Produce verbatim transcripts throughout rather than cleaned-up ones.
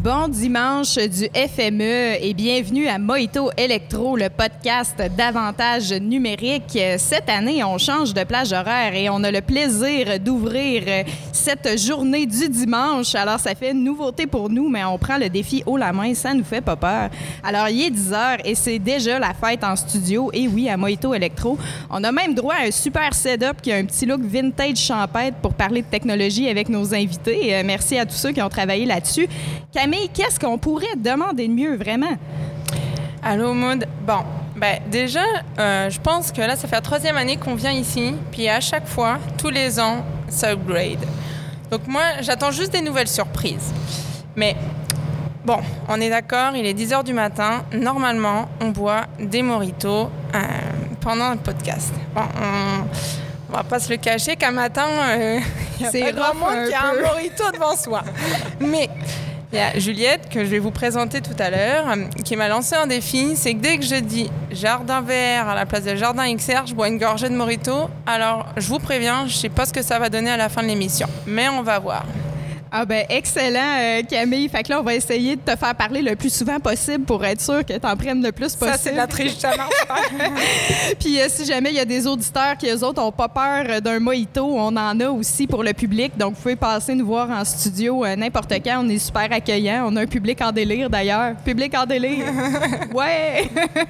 Bon dimanche du F M E et bienvenue à Mojito Electro, le podcast d'avantages numériques. Cette année, on change de plage horaire et on a le plaisir d'ouvrir cette journée du dimanche. Alors, ça fait une nouveauté pour nous, mais on prend le défi haut la main, ça nous fait pas peur. Alors, il est dix heures et c'est déjà la fête en studio. Et oui, à Mojito Electro, on a même droit à un super setup qui a un petit look vintage champêtre pour parler de technologie avec nos invités. Euh, merci à tous ceux qui ont travaillé là-dessus. Camille, qu'est-ce qu'on pourrait demander de mieux, vraiment? Allô, Maud. Bon, ben, déjà, euh, je pense que là, ça fait la troisième année qu'on vient ici, puis à chaque fois, tous les ans, ça upgrade. Donc moi, j'attends juste des nouvelles surprises. Mais bon, on est d'accord, il est dix heures du matin. Normalement, on boit des mojitos euh, pendant le podcast. Bon, on... On va pas se le cacher qu'un matin, euh, il y a pas grand monde qui a un mojito devant soi. Mais il y a Juliette, que je vais vous présenter tout à l'heure, qui m'a lancé un défi. C'est que dès que je dis jardin vert à la place de jardin X R, je bois une gorgée de mojito. Alors, je vous préviens, je sais pas ce que ça va donner à la fin de l'émission. Mais on va voir. Ah ben excellent, euh, Camille. Fait que là, on va essayer de te faire parler le plus souvent possible pour être sûr que tu en prennes le plus possible. Ça, c'est de la triche, ça marche pas. Puis euh, si jamais il y a des auditeurs qui, eux autres, n'ont pas peur d'un mojito, on en a aussi pour le public. Donc, vous pouvez passer nous voir en studio euh, n'importe quand. On est super accueillants. On a un public en délire, d'ailleurs. Public en délire. Ouais!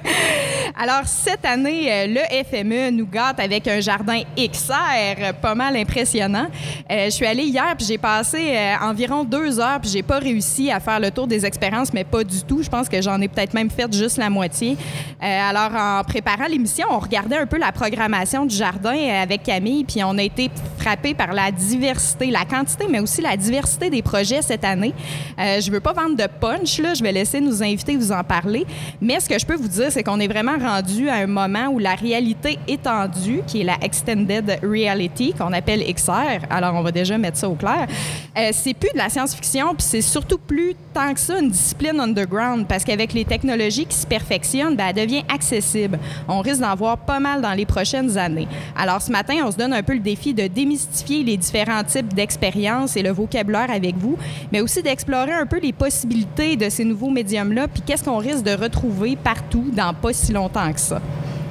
Alors, cette année, euh, le F M E nous gâte avec un jardin X R pas mal impressionnant. Euh, je suis allée hier, puis j'ai passé... Euh, environ deux heures, puis j'ai pas réussi à faire le tour des expériences, mais pas du tout. Je pense que j'en ai peut-être même fait juste la moitié. Euh, alors, en préparant l'émission, on regardait un peu la programmation du jardin avec Camille, puis on a été frappés par la diversité, la quantité, mais aussi la diversité des projets cette année. Euh, je veux pas vendre de punch, là. Je vais laisser nos invités vous en parler. Mais ce que je peux vous dire, c'est qu'on est vraiment rendu à un moment où la réalité étendue, qui est la Extended Reality, qu'on appelle X R, alors on va déjà mettre ça au clair, euh, c'est plus de la science-fiction, puis c'est surtout plus tant que ça une discipline underground, parce qu'avec les technologies qui se perfectionnent, bien, elle devient accessible. On risque d'en voir pas mal dans les prochaines années. Alors ce matin, on se donne un peu le défi de démystifier les différents types d'expériences et le vocabulaire avec vous, mais aussi d'explorer un peu les possibilités de ces nouveaux médiums-là, puis qu'est-ce qu'on risque de retrouver partout dans pas si longtemps que ça.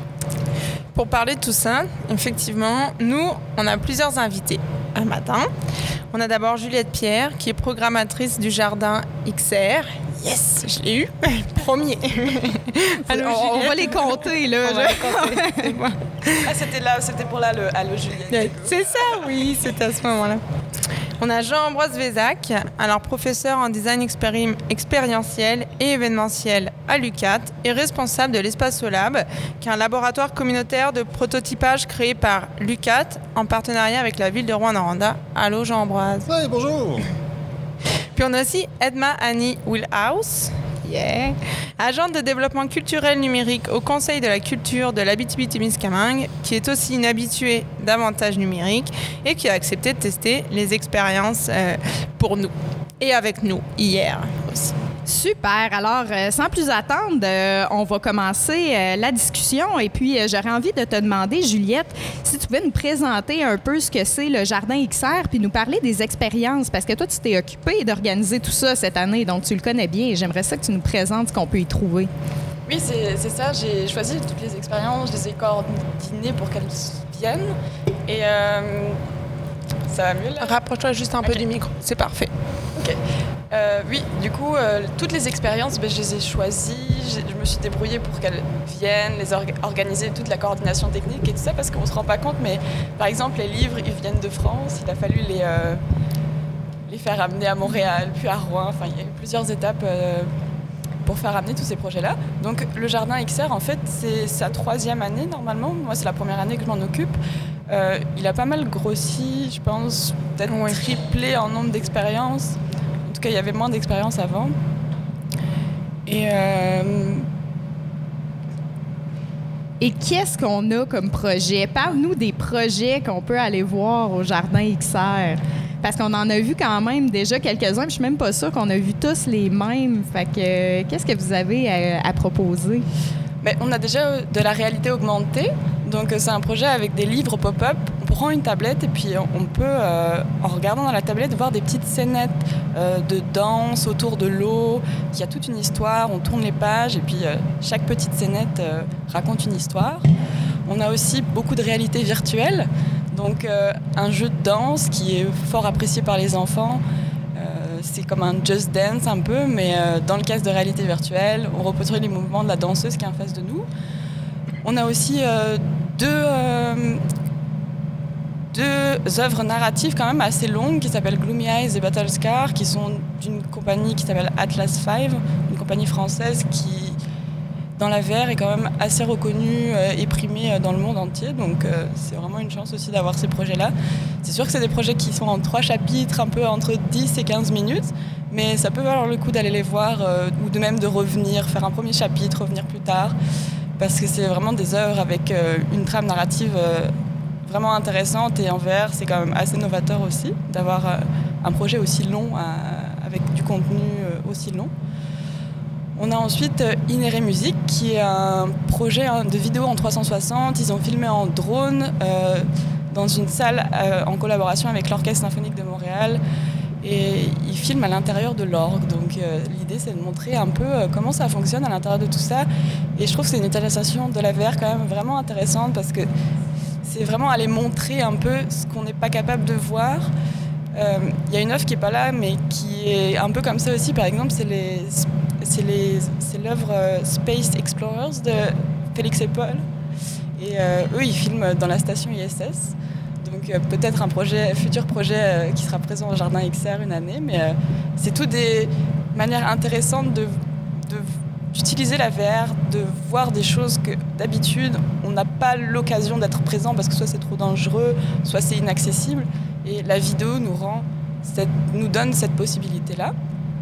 Pour parler de tout ça, effectivement, nous, on a plusieurs invités un matin. On a d'abord Juliette Pierre, qui est programmatrice du jardin X R. Yes, je l'ai eu. Premier. Allô, on, on va les compter, là. On va les compter. C'est bon. Ah, c'était là, c'était pour là, le Allô Juliette. C'est ça, oui, c'était à ce moment-là. On a Jean-Ambroise Vézac, alors professeur en design expéri- expérientiel et événementiel à l'U Q A T et responsable de l'Espace Solab, qui est un laboratoire communautaire de prototypage créé par l'U Q A T en partenariat avec la ville de Rouen-Noranda. Allô Jean-Ambroise. Oui, bonjour. Puis on a aussi Edma Annie Wilhouse, yeah, agente de développement culturel numérique au Conseil de la culture de l'Abitibi-Témiscamingue, qui est aussi une habituée d'avantages numériques et qui a accepté de tester les expériences euh, pour nous et avec nous hier aussi. Super. Alors, euh, sans plus attendre, euh, on va commencer euh, la discussion. Et puis, euh, j'aurais envie de te demander, Juliette, si tu pouvais nous présenter un peu ce que c'est le Jardin X R, puis nous parler des expériences, parce que toi, tu t'es occupée d'organiser tout ça cette année, donc tu le connais bien. Et j'aimerais ça que tu nous présentes ce qu'on peut y trouver. Oui, c'est, c'est ça. J'ai choisi toutes les expériences, je les ai coordonnées pour qu'elles viennent. Et euh, ça va mieux là? Rapproche-toi juste un okay. peu du micro, c'est parfait. OK. Euh, oui, du coup, euh, toutes les expériences, ben, je les ai choisies. Je me suis débrouillée pour qu'elles viennent, les orga- organiser toute la coordination technique et tout ça, parce qu'on ne se rend pas compte, mais par exemple, les livres, ils viennent de France. Il a fallu les, euh, les faire amener à Montréal, puis à Rouen. Enfin, il y a eu plusieurs étapes euh, pour faire amener tous ces projets-là. Donc, le Jardin X R, en fait, c'est sa troisième année, normalement. Moi, c'est la première année que je m'en occupe. Euh, il a pas mal grossi, je pense, peut-être ouais. triplé en nombre d'expériences. En tout cas, il y avait moins d'expérience avant. Et, euh... Et qu'est-ce qu'on a comme projet? Parle-nous des projets qu'on peut aller voir au Jardin X R. Parce qu'on en a vu quand même déjà quelques-uns, puis je suis même pas sûre qu'on a vu tous les mêmes. Fait que, euh, qu'est-ce que vous avez à, à proposer? Bien, on a déjà de la réalité augmentée. Donc, c'est un projet avec des livres pop-up. on prend une tablette et puis on peut, euh, en regardant dans la tablette, voir des petites scénettes euh, de danse autour de l'eau. Il y a toute une histoire, on tourne les pages et puis euh, chaque petite scénette euh, raconte une histoire. On a aussi beaucoup de réalité virtuelle, donc euh, un jeu de danse qui est fort apprécié par les enfants. Euh, c'est comme un Just Dance un peu, mais euh, dans le casque de réalité virtuelle, on reproduit les mouvements de la danseuse qui est en face de nous. On a aussi euh, deux, euh, deux œuvres narratives quand même assez longues qui s'appellent Gloomy Eyes et Battle Scar, qui sont d'une compagnie qui s'appelle Atlas cinq, une compagnie française qui, dans la V R, est quand même assez reconnue euh, et primée dans le monde entier. Donc euh, c'est vraiment une chance aussi d'avoir ces projets-là. C'est sûr que c'est des projets qui sont en trois chapitres, un peu entre dix et quinze minutes, mais ça peut valoir le coup d'aller les voir euh, ou de même de revenir, faire un premier chapitre, revenir plus tard. Parce que c'est vraiment des œuvres avec euh, une trame narrative euh, vraiment intéressante et en V R, c'est quand même assez novateur aussi d'avoir euh, un projet aussi long euh, avec du contenu euh, aussi long. On a ensuite euh, Inéré Musique qui est un projet hein, de vidéo en trois cent soixante. Ils ont filmé en drone euh, dans une salle euh, en collaboration avec l'Orchestre Symphonique de Montréal. Et ils filment à l'intérieur de l'orgue. Donc euh, l'idée, c'est de montrer un peu euh, comment ça fonctionne à l'intérieur de tout ça. Et je trouve que c'est une utilisation de la V R quand même vraiment intéressante parce que c'est vraiment aller montrer un peu ce qu'on n'est pas capable de voir. Il euh, y a une œuvre qui n'est pas là, mais qui est un peu comme ça aussi. Par exemple, c'est, les, c'est, les, c'est l'œuvre euh, Space Explorers de Félix et Paul. Et euh, eux, ils filment dans la station I S S. Donc euh, peut-être un projet, futur projet euh, qui sera présent au Jardin X R une année, mais euh, c'est toutes des manières intéressantes de, de, d'utiliser la V R, de voir des choses que d'habitude on n'a pas l'occasion d'être présent parce que soit c'est trop dangereux, soit c'est inaccessible. Et la vidéo nous, rend cette, nous donne cette possibilité-là.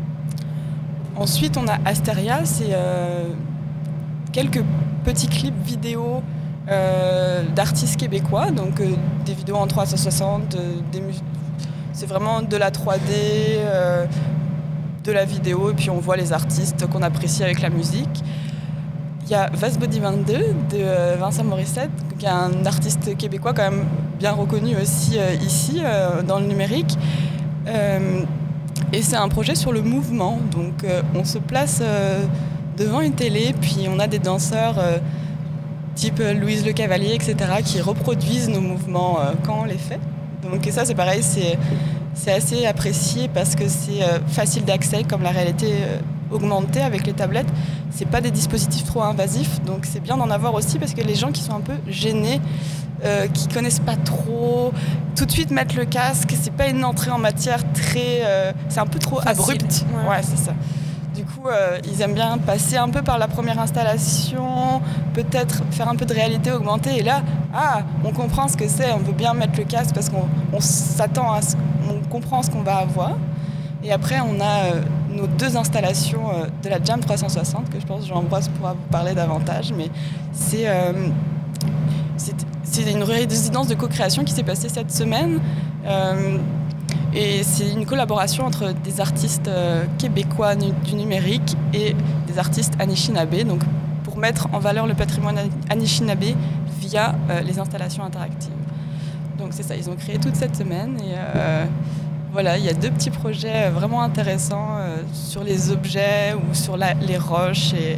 Ensuite, on a Asteria, c'est euh, quelques petits clips vidéo Euh, d'artistes québécois, donc euh, des vidéos en trois cent soixante, euh, des mus- c'est vraiment de la trois D, euh, de la vidéo, et puis on voit les artistes qu'on apprécie avec la musique. Il y a Vast Body vingt-deux de euh, Vincent Morissette, qui est un artiste québécois quand même bien reconnu aussi euh, ici, euh, dans le numérique. Euh, et c'est un projet sur le mouvement, donc euh, on se place euh, devant une télé, puis on a des danseurs euh, type Louise Le Cavalier, et cetera, qui reproduisent nos mouvements euh, quand on les fait. Donc ça, c'est pareil, c'est, c'est assez apprécié parce que c'est euh, facile d'accès, comme la réalité euh, augmentée avec les tablettes. C'est pas des dispositifs trop invasifs, donc c'est bien d'en avoir aussi parce que les gens qui sont un peu gênés, euh, qui connaissent pas trop, tout de suite mettre le casque, c'est pas une entrée en matière très... Euh, c'est un peu trop facile. Abrupt. Ouais, ouais c'est ça. Du coup, euh, ils aiment bien passer un peu par la première installation, peut-être faire un peu de réalité augmentée. Et là, ah, on comprend ce que c'est, on veut bien mettre le casque parce qu'on on s'attend à ce on comprend ce qu'on va avoir. Et après, on a euh, nos deux installations euh, de la Jam trois cent soixante, que je pense que Jean-Ambroise pourra vous parler davantage. Mais c'est, euh, c'est, c'est une résidence de co-création qui s'est passée cette semaine. Euh, Et c'est une collaboration entre des artistes euh, québécois nu- du numérique et des artistes Anishinaabe, donc pour mettre en valeur le patrimoine Anishinaabe via euh, les installations interactives. Donc c'est ça, ils ont créé toute cette semaine et euh, voilà, il y a deux petits projets vraiment intéressants euh, sur les objets ou sur la, les roches. Et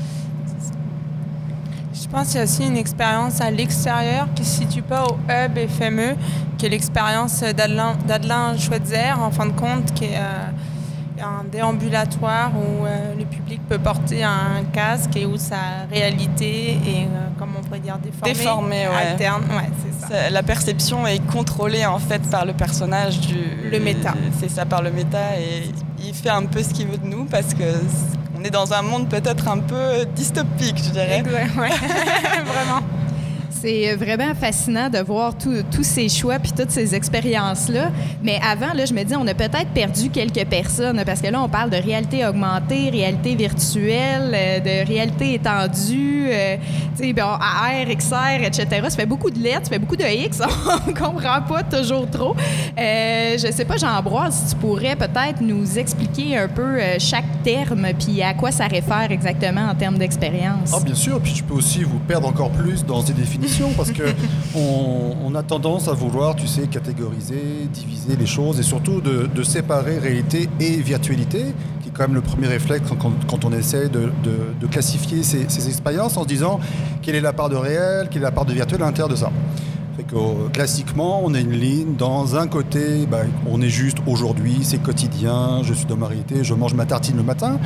je pense qu'il y a aussi une expérience à l'extérieur qui ne se situe pas au Hub F M E, qui est l'expérience d'Adelin, d'Adelin Schweitzer, en fin de compte, qui est euh, un déambulatoire où euh, le public peut porter un casque et où sa réalité est, euh, comment on pourrait dire, déformée, déformée ouais. alterne. Ouais, c'est ça. Ça, la perception est contrôlée en fait par le personnage du... Le méta. C'est ça, par le méta, et il fait un peu ce qu'il veut de nous parce que... On est dans un monde peut-être un peu dystopique, je dirais. Exact, ouais. Vraiment. C'est vraiment fascinant de voir tous ces choix puis toutes ces expériences-là. Mais avant, là, je me dis, on a peut-être perdu quelques personnes parce que là, on parle de réalité augmentée, réalité virtuelle, euh, de réalité étendue, euh, tu sais, bon, A R, X R, et cetera. Ça fait beaucoup de lettres, ça fait beaucoup de X. On ne comprend pas toujours trop. Euh, je ne sais pas, Jean-Ambroise, si tu pourrais peut-être nous expliquer un peu euh, chaque terme puis à quoi ça réfère exactement en termes d'expérience. Ah, bien sûr. Puis je peux aussi vous perdre encore plus dans des définitions définition, parce que on, on a tendance à vouloir, tu sais, catégoriser, diviser les choses, et surtout de, de séparer réalité et virtualité, qui est quand même le premier réflexe quand, quand on essaie de, de, de classifier ces, ces expériences en se disant quelle est la part de réel, quelle est la part de virtuel à l'intérieur de ça. Fait que, euh, classiquement, on a une ligne. Dans un côté, ben, on est juste aujourd'hui, c'est quotidien, je suis dans ma réalité, je mange ma tartine le matin.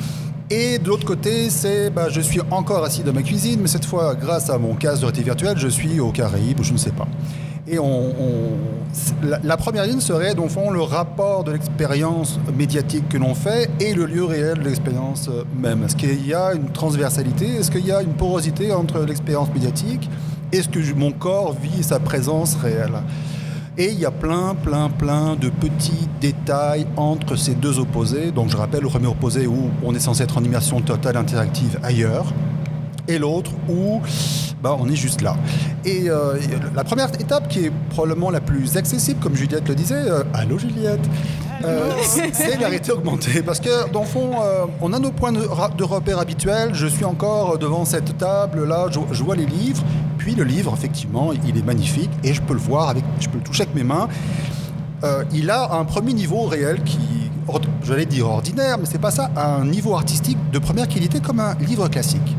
Et de l'autre côté, c'est ben, je suis encore assis dans ma cuisine, mais cette fois, grâce à mon casque de réalité virtuelle, je suis aux Caraïbes ou je ne sais pas. Et on, on, la, la première ligne serait, dans le fond, le rapport de l'expérience médiatique que l'on fait et le lieu réel de l'expérience même. Est-ce qu'il y a une transversalité? Est-ce qu'il y a une porosité entre l'expérience médiatique et ce que mon corps vit sa présence réelle? Et il y a plein, plein, plein de petits détails entre ces deux opposés. Donc je rappelle le premier opposé où on est censé être en immersion totale interactive ailleurs, et l'autre où bah, on est juste là. Et euh, la première étape, qui est probablement la plus accessible, comme Juliette le disait, euh, allô Juliette, euh, c'est la réalité augmentée. Parce que dans le fond, euh, on a nos points de, de repère habituels. Je suis encore devant cette table-là, je, je vois les livres. Puis le livre, effectivement, il est magnifique et je peux le voir, avec, je peux le toucher avec mes mains. Euh, il a un premier niveau réel qui, j'allais dire ordinaire, mais c'est pas ça, un niveau artistique de première qualité comme un livre classique.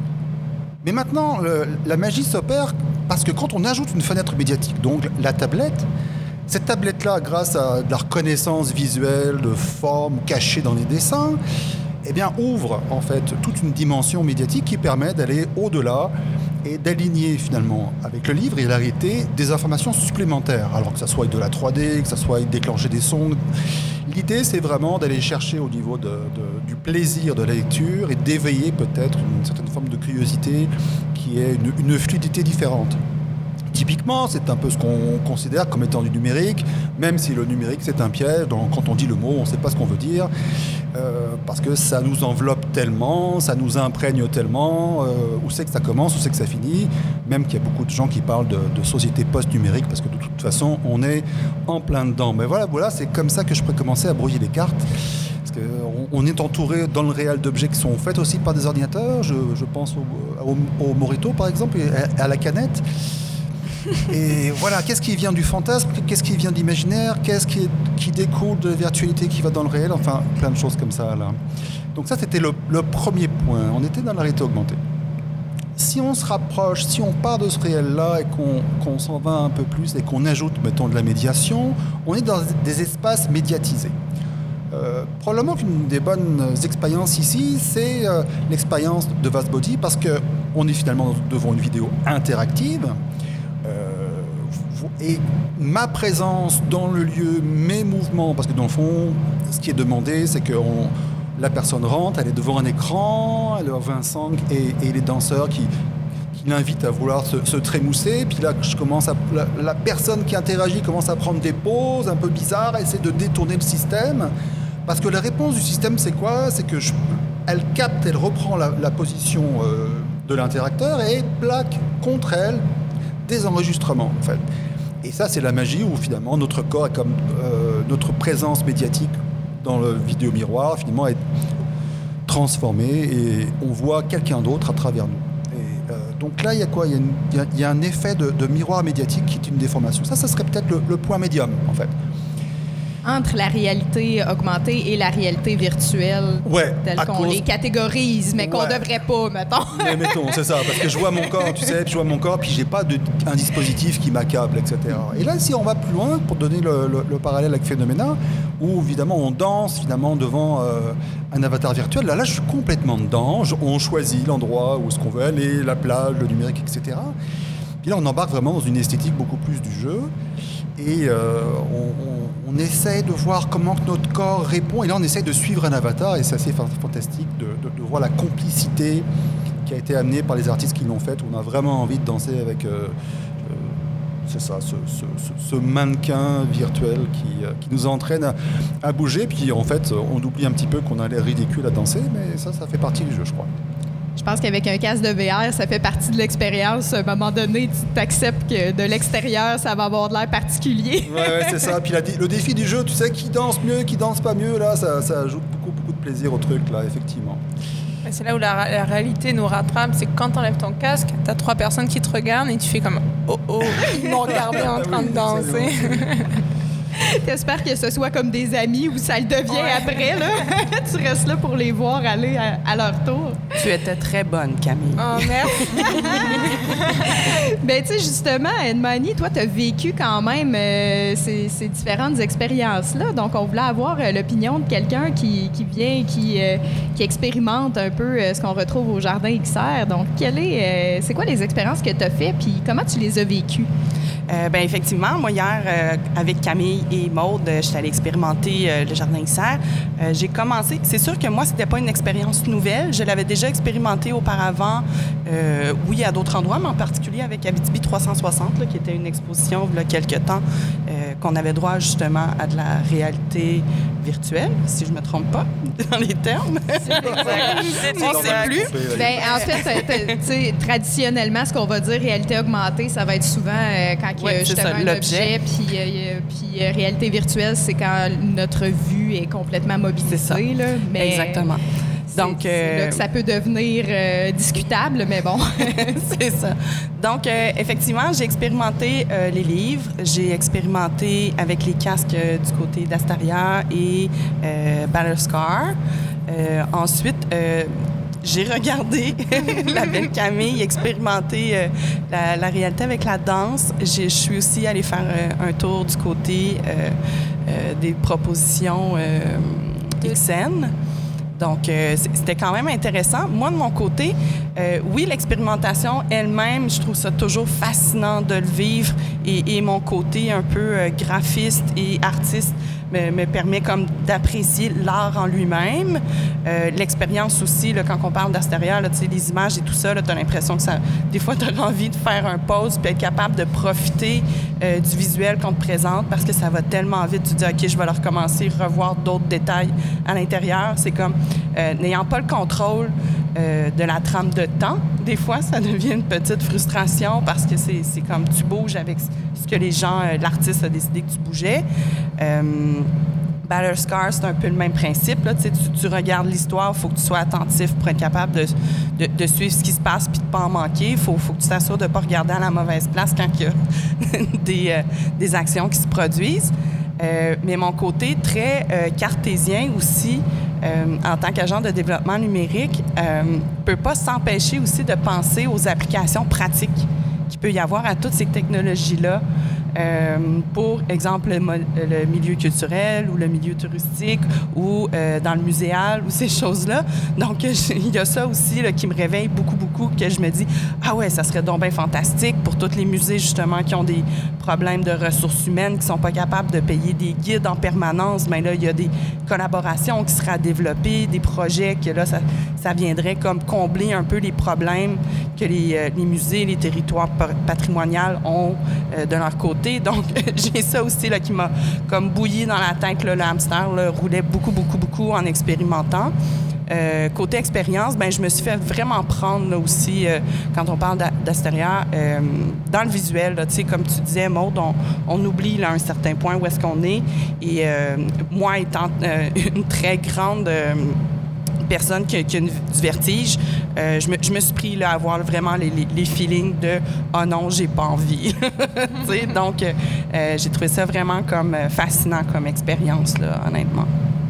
Mais maintenant, le, la magie s'opère parce que quand on ajoute une fenêtre médiatique, donc la tablette, cette tablette-là, grâce à de la reconnaissance visuelle de formes cachées dans les dessins, eh bien, ouvre en fait toute une dimension médiatique qui permet d'aller au-delà et d'aligner finalement avec le livre et la réalité des informations supplémentaires. Alors que ça soit de la trois D, que ça soit déclencher des sons. L'idée, c'est vraiment d'aller chercher au niveau de, de, du plaisir de la lecture et d'éveiller peut-être une certaine forme de curiosité qui est une, une fluidité différente. Typiquement, c'est un peu ce qu'on considère comme étant du numérique, même si le numérique, c'est un piège. Donc, quand on dit le mot, on ne sait pas ce qu'on veut dire, euh, parce que ça nous enveloppe tellement, ça nous imprègne tellement, euh, où c'est que ça commence, où c'est que ça finit, même qu'il y a beaucoup de gens qui parlent de, de société post-numérique, parce que de toute façon, on est en plein dedans. Mais voilà, voilà, c'est comme ça que je pourrais commencer à brouiller les cartes. Parce qu'on on est entouré dans le réel d'objets qui sont faits aussi par des ordinateurs. Je, je pense au, au, au Morito, par exemple, et à, à la canette. Et voilà, qu'est-ce qui vient du fantasme, qu'est-ce qui vient de l'imaginaire, qu'est-ce qui, est, qui découle de la virtualité qui va dans le réel, enfin plein de choses comme ça là. Donc ça, c'était le, le premier point, on était dans la réalité augmentée. Si on se rapproche, si on part de ce réel-là et qu'on, qu'on s'en va un peu plus et qu'on ajoute, mettons, de la médiation, on est dans des espaces médiatisés. Euh, probablement qu'une des bonnes expériences ici, c'est euh, l'expérience de Vast Body, parce qu'on est finalement devant une vidéo interactive. Et ma présence dans le lieu, mes mouvements, parce que dans le fond, ce qui est demandé, c'est que on, la personne rentre, elle est devant un écran, elle a Vincent et, et les danseurs qui, qui l'invitent à vouloir se, se trémousser. Puis là, je commence à, la, la personne qui interagit commence à prendre des pauses un peu bizarres, à essayer de détourner le système. Parce que la réponse du système, c'est quoi? C'est que je, elle capte, elle reprend la, la position euh, de l'interacteur et plaque contre elle des enregistrements, en fait. Et ça, c'est la magie où finalement notre corps est comme euh, notre présence médiatique dans le vidéo miroir, finalement, est transformée et on voit quelqu'un d'autre à travers nous. Et, euh, donc là, il y a quoi? Il y, y, y a un effet de, de miroir médiatique qui est une déformation. Ça, ça serait peut-être le, le point médium, en fait. Entre la réalité augmentée et la réalité virtuelle, ouais, telle qu'on cause... les catégorise, mais qu'on ouais. devrait pas, mettons. Mais mettons, c'est ça, parce que je vois mon corps, tu sais, je vois mon corps, puis j'ai pas de, un dispositif qui m'accable, et cetera. Et là, si on va plus loin, pour donner le, le, le parallèle avec Phénoména, où évidemment on danse finalement devant euh, un avatar virtuel, là, là, je suis complètement dedans, je, on choisit l'endroit où est-ce qu'on veut aller, la plage, le numérique, et cetera. Puis là, on embarque vraiment dans une esthétique beaucoup plus du jeu. Et euh, on, on, on essaie de voir comment que notre corps répond. Et là, on essaie de suivre un avatar. Et c'est assez fantastique de, de, de voir la complicité qui a été amenée par les artistes qui l'ont faite. On a vraiment envie de danser avec euh, euh, c'est ça, ce, ce, ce, ce mannequin virtuel qui, euh, qui nous entraîne à, à bouger. Puis en fait, on oublie un petit peu qu'on a l'air ridicule à danser. Mais ça, ça fait partie du jeu, je crois. Je pense qu'avec un casque de V R, ça fait partie de l'expérience. À un moment donné, tu t'acceptes que de l'extérieur, ça va avoir de l'air particulier. Ouais, ouais, c'est ça. Puis la, le défi du jeu, tu sais, qui danse mieux, qui danse pas mieux, là, ça, ça ajoute beaucoup, beaucoup de plaisir au truc, là, effectivement. C'est là où la, la réalité nous rattrape, c'est que quand tu enlèves ton casque, tu as trois personnes qui te regardent et tu fais comme « Oh oh, ils m'ont regardé en train de danser ». T'espères que ce soit comme des amis ou ça le devient Ouais. après, là. Tu restes là pour les voir aller à, à leur tour. Tu étais très bonne, Camille. Oh, merci. Ben, tu sais, justement, Edmani, toi, tu as vécu quand même euh, ces, ces différentes expériences-là. Donc, on voulait avoir euh, l'opinion de quelqu'un qui, qui vient, qui, euh, qui expérimente un peu euh, ce qu'on retrouve au Jardin X R. Donc, quelle est, euh, c'est quoi les expériences que tu as faites, puis comment tu les as vécues? Euh, ben effectivement, moi hier, euh, avec Camille et Maude, euh, j'étais allée expérimenter euh, le Jardin X R. Euh, j'ai commencé, c'est sûr que moi, c'était pas une expérience nouvelle. Je l'avais déjà expérimenté auparavant, euh, oui, à d'autres endroits, mais en particulier avec Abitibi trois cent soixante, là, qui était une exposition il y a quelques temps, euh, qu'on avait droit justement à de la réalité virtuelle, si je me trompe pas dans les termes. C'est exact. C'est On sait plus. Ben, en fait, t'as- tu sais, traditionnellement, ce qu'on va dire réalité augmentée, ça va être souvent euh, quand il y a Ouais, c'est justement ça, un l'objet. objet, puis, euh, puis euh, réalité virtuelle, c'est quand notre vue est complètement mobilisée. C'est ça. Là, mais Exactement. c'est- Donc, c'est euh, là que ça peut devenir euh, discutable, mais bon. C'est ça. Donc, euh, effectivement, j'ai expérimenté euh, les livres. J'ai expérimenté avec les casques euh, du côté d'Astaria et euh, Battlescar. Euh, ensuite, euh, j'ai regardé la belle Camille expérimenter euh, la, la réalité avec la danse. J'ai- Je suis aussi allée faire euh, un tour du côté euh, euh, des propositions euh, X N. Donc, euh, c- c'était quand même intéressant. Moi, de mon côté, euh, oui, l'expérimentation elle-même, je trouve ça toujours fascinant de le vivre. Et, et mon côté un peu euh, graphiste et artiste me, me permet comme d'apprécier l'art en lui-même. Euh, l'expérience aussi, là, quand on parle d'Asteria, là, tu sais, les images et tout ça, tu as l'impression que ça... Des fois, tu as envie de faire un pause puis être capable de profiter euh, du visuel qu'on te présente parce que ça va tellement vite. Tu te dis, OK, je vais le recommencer, revoir d'autres détails à l'intérieur. C'est comme, euh, n'ayant pas le contrôle euh, de la trame de temps, des fois, ça devient une petite frustration parce que c'est, c'est comme tu bouges avec ce que les gens, euh, l'artiste a décidé que tu bougeais. Euh, Battlescar, c'est un peu le même principe. Là. Tu sais, tu, tu regardes l'histoire, il faut que tu sois attentif pour être capable de, de, de suivre ce qui se passe puis de ne pas en manquer. Il faut, faut que tu t'assures de ne pas regarder à la mauvaise place quand il y a des, euh, des actions qui se produisent. Euh, mais mon côté très euh, cartésien aussi, euh, en tant qu'agent de développement numérique, ne euh, peut pas s'empêcher aussi de penser aux applications pratiques qu'il peut y avoir à toutes ces technologies-là. Euh, pour exemple, le, mo- le milieu culturel ou le milieu touristique ou euh, dans le muséal ou ces choses-là. Donc, il y a ça aussi là, qui me réveille beaucoup, beaucoup, que je me dis, ah ouais, ça serait donc bien fantastique pour tous les musées, justement, qui ont des problèmes de ressources humaines, qui ne sont pas capables de payer des guides en permanence. Mais là, il y a des collaborations qui seraient à développer, des projets que là, ça, ça viendrait comme combler un peu les problèmes que les, euh, les musées, les territoires pa- patrimoniaux ont euh, de leur côté. Donc, j'ai ça aussi là, qui m'a comme bouilli dans la tête. Là, le hamster là, roulait beaucoup, beaucoup, beaucoup en expérimentant. Euh, côté expérience, ben, je me suis fait vraiment prendre là, aussi, euh, quand on parle d'A- d'Asteria, euh, dans le visuel. Là, comme tu disais, Maude, on, on oublie là, à un certain point où est-ce qu'on est. Et euh, moi, étant euh, une très grande... Euh, personne qui a, qui a une- du vertige, euh, je, me, je me suis pris là, à avoir vraiment les, les, les feelings de « Oh non, j'ai pas envie ». Tu sais, donc, euh, euh, j'ai trouvé ça vraiment comme euh, fascinant comme expérience, là, honnêtement.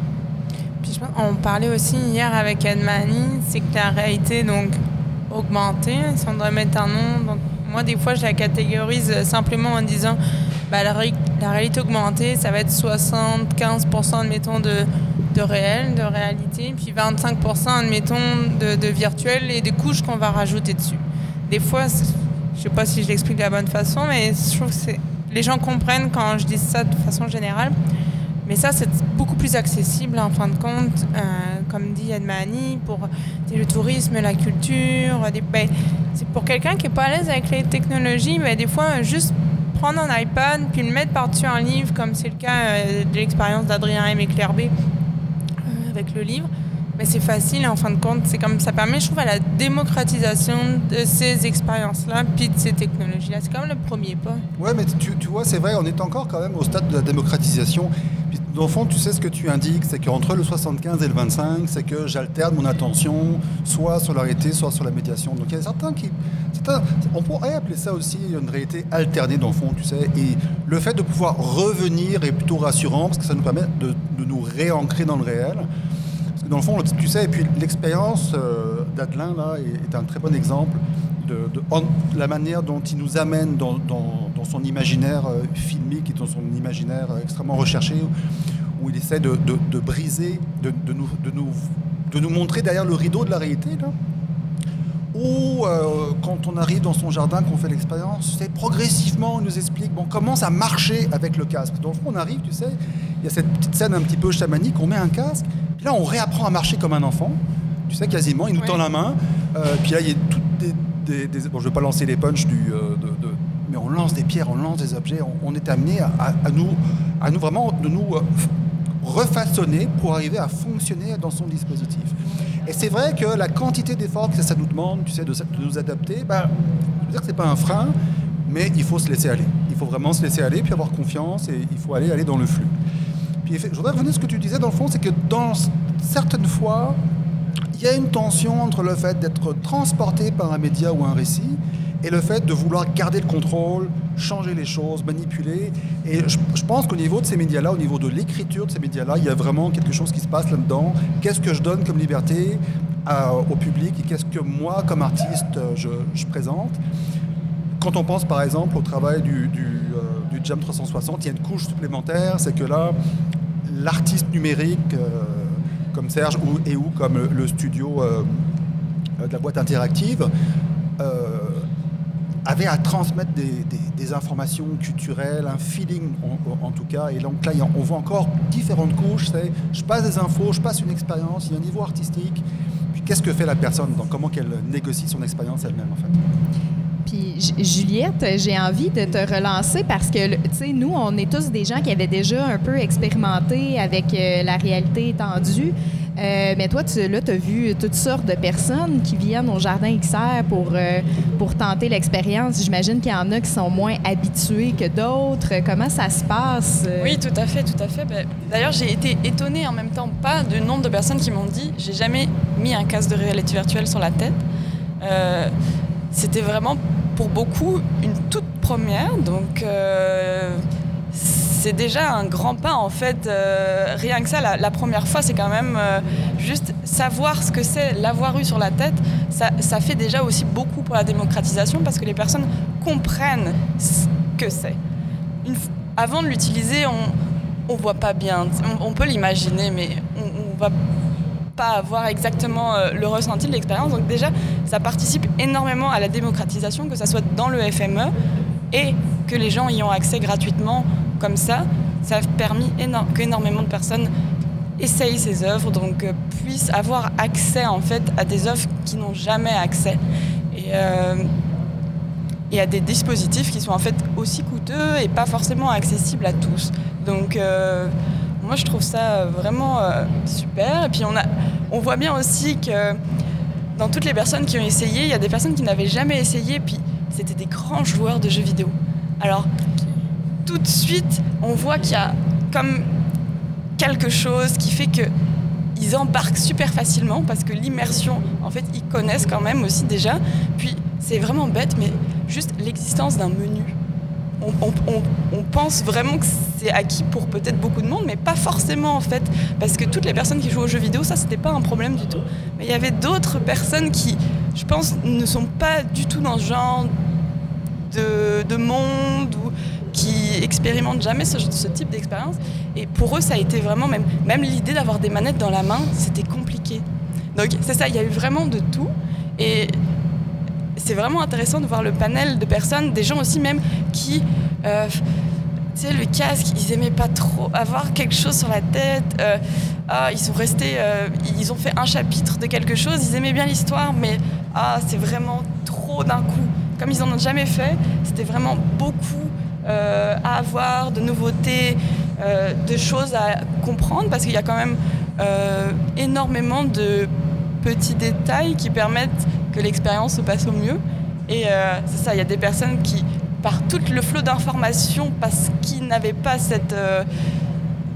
Puis je pense, on parlait aussi hier avec Edmani, c'est que la réalité donc augmentée, si on doit mettre un nom. Donc moi des fois je la catégorise simplement en disant bah, la, ré- la réalité augmentée, ça va être soixante-quinze pour cent admettons de, de réel, de réalité, puis vingt-cinq pour cent admettons de, de virtuel et des couches qu'on va rajouter dessus. Des fois, c'est- je sais pas si je l'explique de la bonne façon, mais je trouve que c'est, les gens comprennent quand je dis ça de façon générale. Mais ça, c'est beaucoup plus accessible en fin de compte, euh, comme dit Edmani, pour tu sais, le tourisme, la culture. Des, ben, c'est pour quelqu'un qui n'est pas à l'aise avec les technologies, mais des fois, juste prendre un iPad puis le mettre par-dessus un livre, comme c'est le cas euh, de l'expérience d'Adrien M. et Claire B. euh, avec le livre, mais c'est facile en fin de compte. C'est comme ça permet, je trouve, à la démocratisation de ces expériences-là puis de ces technologies-là. C'est quand même le premier pas. Ouais, mais tu, tu vois, c'est vrai, on est encore quand même au stade de la démocratisation. Puis dans le fond, tu sais ce que tu indiques, c'est qu'entre le soixante-quinze et le vingt-cinq, c'est que j'alterne mon attention soit sur la réalité, soit sur la médiation. Donc il y a certains qui... Certains, on pourrait appeler ça aussi une réalité alternée dans le fond, tu sais. Et le fait de pouvoir revenir est plutôt rassurant parce que ça nous permet de, de nous réancrer dans le réel. Parce que dans le fond, tu sais, et puis l'expérience euh, d'Adelin, là, est, est un très bon exemple de, de, en, de la manière dont il nous amène dans, dans, dans son imaginaire euh, filmique et dans son imaginaire euh, extrêmement recherché, où il essaie de, de, de briser, de, de, nous, de, nous, de nous montrer derrière le rideau de la réalité, là. Ou euh, quand on arrive dans son jardin, qu'on fait l'expérience, c'est progressivement, on nous explique bon, comment ça marchait avec le casque. Dans le fond, on arrive, tu sais, il y a cette petite scène un petit peu chamanique, on met un casque, puis là, on réapprend à marcher comme un enfant, tu sais, quasiment, il nous tend la main, euh, puis là, il y a toutes des... des, des bon, je ne vais pas lancer les punchs, du, euh, de, de, mais on lance des pierres, on lance des objets, on, on est amené à, à, à, nous, à nous vraiment de nous euh, refaçonner pour arriver à fonctionner dans son dispositif. Et c'est vrai que la quantité d'efforts que ça nous demande, tu sais, de, de nous adapter, ben, je veux dire que c'est pas un frein, mais il faut se laisser aller. Il faut vraiment se laisser aller, puis avoir confiance, et il faut aller, aller dans le flux. Puis je voudrais revenir à ce que tu disais, dans le fond, c'est que dans certaines fois, il y a une tension entre le fait d'être transporté par un média ou un récit, et le fait de vouloir garder le contrôle, changer les choses, manipuler. Et je, je pense qu'au niveau de ces médias-là, au niveau de l'écriture de ces médias-là, il y a vraiment quelque chose qui se passe là-dedans. Qu'est-ce que je donne comme liberté à, au public et qu'est-ce que moi, comme artiste, je, je présente. Quand on pense par exemple au travail du, du, euh, du Jam trois cent soixante, il y a une couche supplémentaire, c'est que là, l'artiste numérique, euh, comme Serge ou, et ou comme le, le studio euh, de la boîte interactive, euh, avait à transmettre des, des, des informations culturelles, un feeling en, en tout cas. Et donc là, on voit encore différentes couches. C'est, je passe des infos, je passe une expérience, il y a un niveau artistique. Puis qu'est-ce que fait la personne, donc comment qu'elle négocie son expérience elle-même en fait. Puis Juliette, j'ai envie de te relancer parce que, tu sais, nous, on est tous des gens qui avaient déjà un peu expérimenté avec euh, la réalité étendue. Euh, mais toi, tu, là, tu as vu toutes sortes de personnes qui viennent au Jardin X R pour, euh, pour tenter l'expérience. J'imagine qu'il y en a qui sont moins habitués que d'autres. Comment ça se passe? Oui, tout à fait, tout à fait. D'ailleurs, j'ai été étonnée en même temps pas du nombre de personnes qui m'ont dit « j'ai jamais mis un casque de réalité virtuelle sur la tête euh, ». C'était vraiment, pour beaucoup, une toute première. Donc, euh, c'est déjà un grand pas, en fait. Euh, rien que ça, la, la première fois, c'est quand même euh, juste savoir ce que c'est, l'avoir eu sur la tête. Ça, ça fait déjà aussi beaucoup pour la démocratisation parce que les personnes comprennent ce que c'est. Une, avant de l'utiliser, on ne voit pas bien. On, on peut l'imaginer, mais on ne va pas avoir exactement euh, le ressenti de l'expérience. Donc déjà, ça participe énormément à la démocratisation, que ça soit dans le F M E et que les gens y ont accès gratuitement comme ça. Ça a permis éno- qu'énormément de personnes essayent ces œuvres, donc euh, puissent avoir accès en fait à des œuvres qui n'ont jamais accès et, euh, et à des dispositifs qui sont en fait aussi coûteux et pas forcément accessibles à tous. Donc euh, moi, je trouve ça vraiment euh, super. Et puis, on, a, on voit bien aussi que dans toutes les personnes qui ont essayé, il y a des personnes qui n'avaient jamais essayé, puis c'était des grands joueurs de jeux vidéo. Alors, tout de suite, on voit qu'il y a comme quelque chose qui fait qu'ils embarquent super facilement, parce que l'immersion, en fait, ils connaissent quand même aussi déjà. Puis, c'est vraiment bête, mais juste l'existence d'un menu. On, on, on, on pense vraiment que c'est acquis pour peut-être beaucoup de monde, mais pas forcément en fait, parce que toutes les personnes qui jouent aux jeux vidéo, ça c'était pas un problème du tout. Mais il y avait d'autres personnes qui, je pense, ne sont pas du tout dans ce genre de, de monde ou qui expérimentent jamais ce, ce type d'expérience. Et pour eux, ça a été vraiment, même, même l'idée d'avoir des manettes dans la main, c'était compliqué. Donc c'est ça, il y a eu vraiment de tout. Et c'est vraiment intéressant de voir le panel de personnes, des gens aussi même qui, euh, tu sais, le casque, ils aimaient pas trop avoir quelque chose sur la tête. Euh, ah, ils sont restés, euh, ils ont fait un chapitre de quelque chose, ils aimaient bien l'histoire, mais ah, c'est vraiment trop d'un coup. Comme ils en ont jamais fait, c'était vraiment beaucoup euh, à avoir, de nouveautés, euh, de choses à comprendre, parce qu'il y a quand même euh, énormément de petits détails qui permettent que l'expérience se passe au mieux. Et euh, c'est ça, il y a des personnes qui, par tout le flot d'informations, parce qu'ils n'avaient pas cette, euh,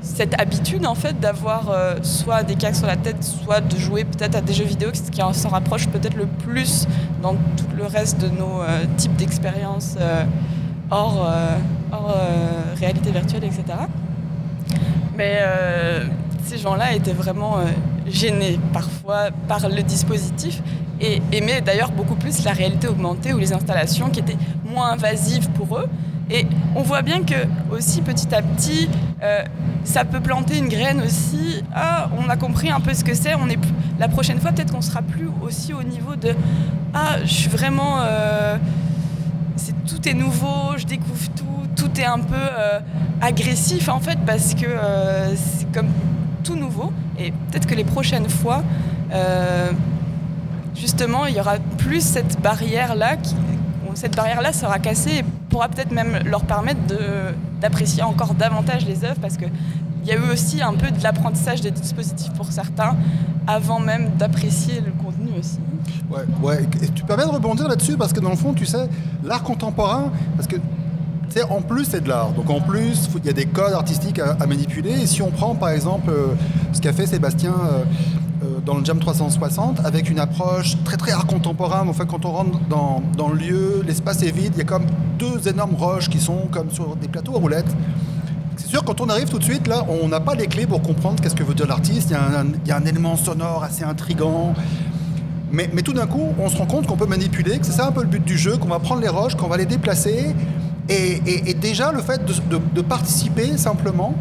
cette habitude en fait d'avoir euh, soit des casques sur la tête, soit de jouer peut-être à des jeux vidéo, ce qui en s'en rapproche peut-être le plus dans tout le reste de nos euh, types d'expériences euh, hors, euh, hors euh, réalité virtuelle, et cetera. Mais euh, ces gens-là étaient vraiment euh, gênés parfois par le dispositif et aimaient d'ailleurs beaucoup plus la réalité augmentée ou les installations qui étaient moins invasives pour eux. Et on voit bien que aussi petit à petit, euh, ça peut planter une graine aussi. Ah, on a compris un peu ce que c'est. On est plus... La prochaine fois, peut-être qu'on sera plus aussi au niveau de ah, je suis vraiment, euh, c'est tout est nouveau, je découvre tout. Tout est un peu euh, agressif en fait parce que euh, c'est comme tout nouveau. Et peut-être que les prochaines fois, euh, justement, il y aura plus cette barrière là qui cette barrière-là sera cassée et pourra peut-être même leur permettre de, d'apprécier encore davantage les œuvres parce qu'il y a eu aussi un peu de l'apprentissage des dispositifs pour certains avant même d'apprécier le contenu aussi. Ouais, ouais. Et tu permets de rebondir là-dessus parce que dans le fond, tu sais, l'art contemporain, parce que tu sais, en plus c'est de l'art, donc en plus il y a des codes artistiques à, à manipuler et si on prend par exemple euh, ce qu'a fait Sébastien euh, dans le Jam trois cent soixante, avec une approche très très art contemporain. En fait, quand on rentre dans, dans le lieu, l'espace est vide, il y a comme deux énormes roches qui sont comme sur des plateaux à roulettes. C'est sûr, quand on arrive tout de suite, là, on n'a pas les clés pour comprendre qu'est-ce que veut dire l'artiste. Il y a un, il y a un élément sonore assez intriguant. Mais, mais tout d'un coup, on se rend compte qu'on peut manipuler, que c'est ça un peu le but du jeu, qu'on va prendre les roches, qu'on va les déplacer. Et, et, et déjà, le fait de, de, de participer simplement,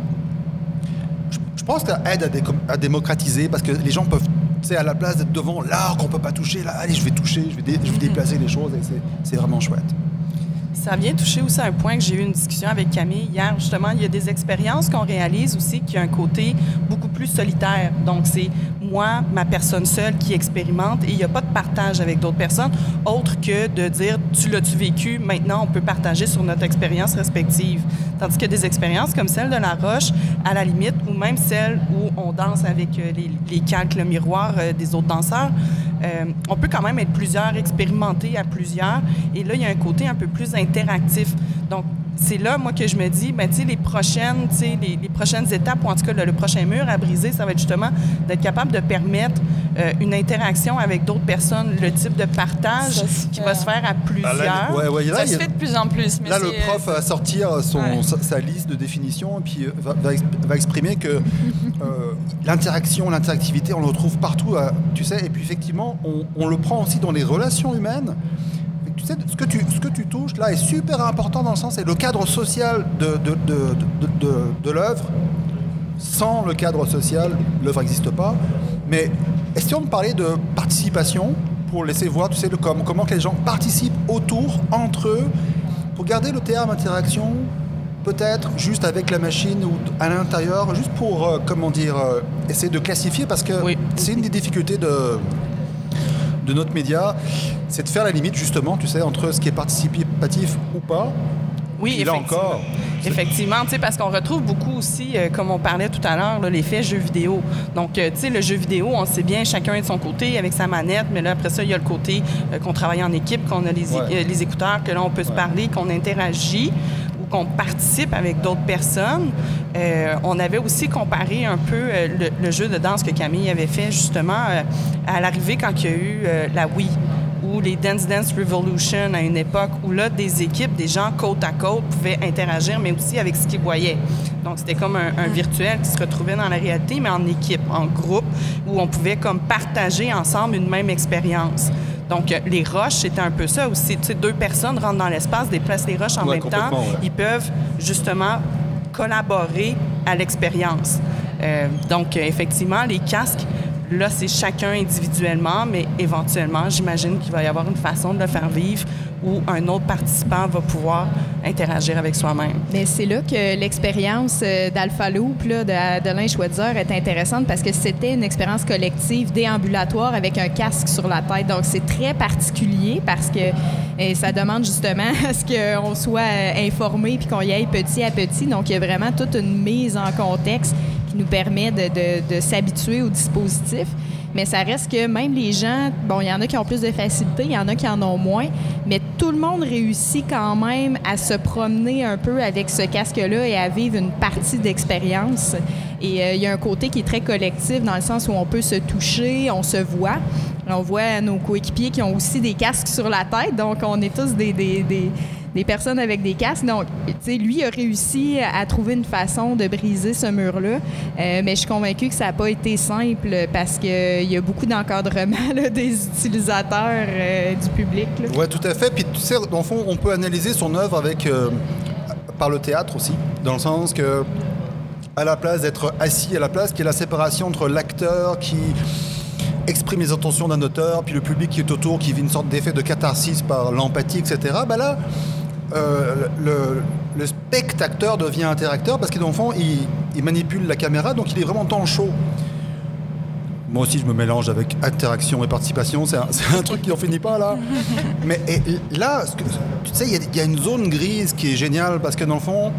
je pense que ça aide à, dé- à démocratiser parce que les gens peuvent, tu sais, à la place d'être devant l'art qu'on ne peut pas toucher, là, allez, je vais toucher, je vais, dé- je vais déplacer les choses et c'est, c'est vraiment chouette. Ça vient toucher aussi un point que j'ai eu une discussion avec Camille hier. Justement, il y a des expériences qu'on réalise aussi qui ont un côté beaucoup plus solitaire. Donc, c'est moi, ma personne seule qui expérimente et il n'y a pas de partage avec d'autres personnes autre que de dire « tu l'as-tu vécu? Maintenant, on peut partager sur notre expérience respective. » Tandis que des expériences comme celle de La Roche, à la limite, ou même celle où on danse avec les, les calques, le miroir euh, des autres danseurs, euh, on peut quand même être plusieurs, expérimenter à plusieurs. Et là, il y a un côté un peu plus interactif. Donc, c'est là, moi, que je me dis, ben, tu sais, les prochaines, tu sais, les, les prochaines étapes, ou en tout cas, le, le prochain mur à briser, ça va être justement d'être capable de permettre euh, une interaction avec d'autres personnes, le type de partage qui va se faire à plusieurs. Ah, là, ouais, ouais, là, ça il, se fait de plus en plus. Mais là, c'est... le prof va sortir son, ouais. sa, sa liste de définitions et puis va, va, va exprimer que euh, l'interaction, l'interactivité, on le retrouve partout, à, tu sais, et puis effectivement, on, on le prend aussi dans les relations humaines. Tu sais, ce que tu, ce que tu touches là est super important dans le sens, c'est le cadre social de, de, de, de, de, de l'œuvre. Sans le cadre social, l'œuvre n'existe pas. Mais essayons de parler de participation pour laisser voir, tu sais, le, comment, comment que les gens participent autour, entre eux, pour garder le terme interaction, peut-être juste avec la machine ou à l'intérieur, juste pour, euh, comment dire, euh, essayer de classifier, parce que oui. c'est une des difficultés de... de notre média, c'est de faire la limite justement, tu sais, entre ce qui est participatif ou pas. Oui, et là encore. Effectivement, tu sais, parce qu'on retrouve beaucoup aussi, euh, comme on parlait tout à l'heure, là, l'effet jeu vidéo. Donc, euh, tu sais, le jeu vidéo, on sait bien, chacun est de son côté avec sa manette, mais là, après ça, il y a le côté euh, qu'on travaille en équipe, qu'on a les, ouais. euh, les écouteurs, que là, on peut ouais. se parler, qu'on interagit ou qu'on participe avec d'autres personnes. Euh, on avait aussi comparé un peu euh, le, le jeu de danse que Camille avait fait, justement, euh, à l'arrivée quand il y a eu euh, la Wii, ou les Dance Dance Revolution à une époque où là, des équipes, des gens côte à côte pouvaient interagir, mais aussi avec ce qu'ils voyaient. Donc, c'était comme un, un virtuel qui se retrouvait dans la réalité, mais en équipe, en groupe, où on pouvait comme partager ensemble une même expérience. Donc, les roches, c'était un peu ça aussi. Tu sais, deux personnes rentrent dans l'espace, déplacent les roches en ouais, même temps. Ouais. Ils peuvent justement collaborer à l'expérience. Euh, donc, effectivement, les casques, là, c'est chacun individuellement, mais éventuellement, j'imagine qu'il va y avoir une façon de le faire vivre où un autre participant va pouvoir interagir avec soi-même. Mais c'est là que l'expérience d'Alpha Loop là, de Alain Schweitzer est intéressante parce que c'était une expérience collective déambulatoire avec un casque sur la tête. Donc, c'est très particulier parce que et ça demande justement à ce qu'on soit informé puis qu'on y aille petit à petit. Donc, il y a vraiment toute une mise en contexte qui nous permet de, de, de s'habituer au dispositif. Mais ça reste que même les gens, bon, il y en a qui ont plus de facilité, il y en a qui en ont moins, mais tout le monde réussit quand même à se promener un peu avec ce casque-là et à vivre une partie d'expérience. Et euh, il y a un côté qui est très collectif dans le sens où on peut se toucher, on se voit. On voit nos coéquipiers qui ont aussi des casques sur la tête, donc on est tous des... des, des des personnes avec des casques. Donc, tu sais, lui a réussi à trouver une façon de briser ce mur-là. Euh, mais je suis convaincue que ça n'a pas été simple parce qu'il y a beaucoup d'encadrement là, des utilisateurs euh, du public. Oui, tout à fait. Puis, tu sais, dans le fond, on peut analyser son œuvre avec, euh, par le théâtre aussi, dans le sens que, à la place d'être assis à la place, qu'il y a la séparation entre l'acteur qui exprime les intentions d'un auteur, puis le public qui est autour, qui vit une sorte d'effet de catharsis par l'empathie, et cetera. Ben là, euh, le, le spectateur devient interacteur parce que dans le fond, il, il manipule la caméra, donc il est vraiment dans le show. Moi aussi, je me mélange avec interaction et participation. C'est un, c'est un truc qui n'en finit pas, là. Mais et, là, ce que, tu sais, il y, y a une zone grise qui est géniale parce que dans le fond,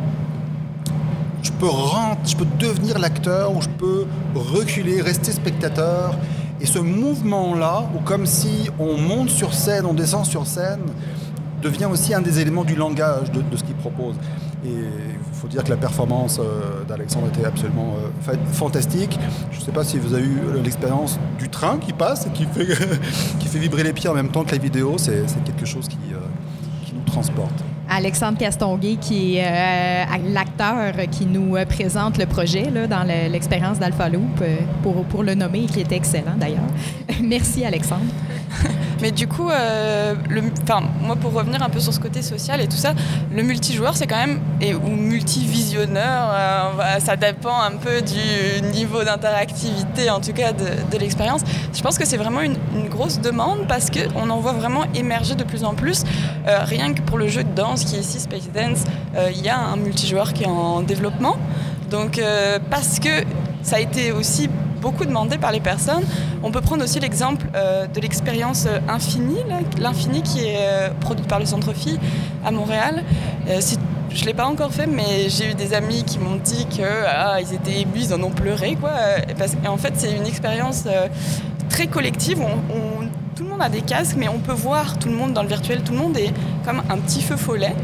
je peux, rentrer, je peux devenir l'acteur ou je peux reculer, rester spectateur. Et ce mouvement-là, où comme si on monte sur scène, on descend sur scène, devient aussi un des éléments du langage de, de ce qu'il propose. Et il faut dire que la performance euh, d'Alexandre était absolument euh, fantastique. Je ne sais pas si vous avez eu l'expérience du train qui passe et qui fait, qui fait vibrer les pieds en même temps que la vidéo. C'est, c'est quelque chose qui, euh, qui nous transporte. Alexandre Castonguay, qui est euh, l'acteur qui nous euh, présente le projet là, dans le, l'expérience d'Alpha Loop, euh, pour, pour le nommer, qui était excellent d'ailleurs. Merci Alexandre. Mais du coup, euh, le, moi pour revenir un peu sur ce côté social et tout ça, le multijoueur c'est quand même, et, ou multivisionneur, euh, ça dépend un peu du niveau d'interactivité en tout cas de, de l'expérience. Je pense que c'est vraiment une, une grosse demande parce qu'on en voit vraiment émerger de plus en plus. Euh, rien que pour le jeu de danse qui est ici Space Dance, il euh, y a un multijoueur qui est en développement. Donc euh, parce que ça a été aussi beaucoup demandé par les personnes. On peut prendre aussi l'exemple euh, de l'expérience Infini, là, l'Infini qui est euh, produite par le Centre Phi à Montréal. Euh, c'est, je ne l'ai pas encore fait, mais j'ai eu des amis qui m'ont dit qu'ils ah, étaient émus, ils en ont pleuré. Quoi. Et, parce, et en fait, c'est une expérience euh, très collective. On, on, tout le monde a des casques, mais on peut voir tout le monde dans le virtuel. Tout le monde est comme un petit feu follet.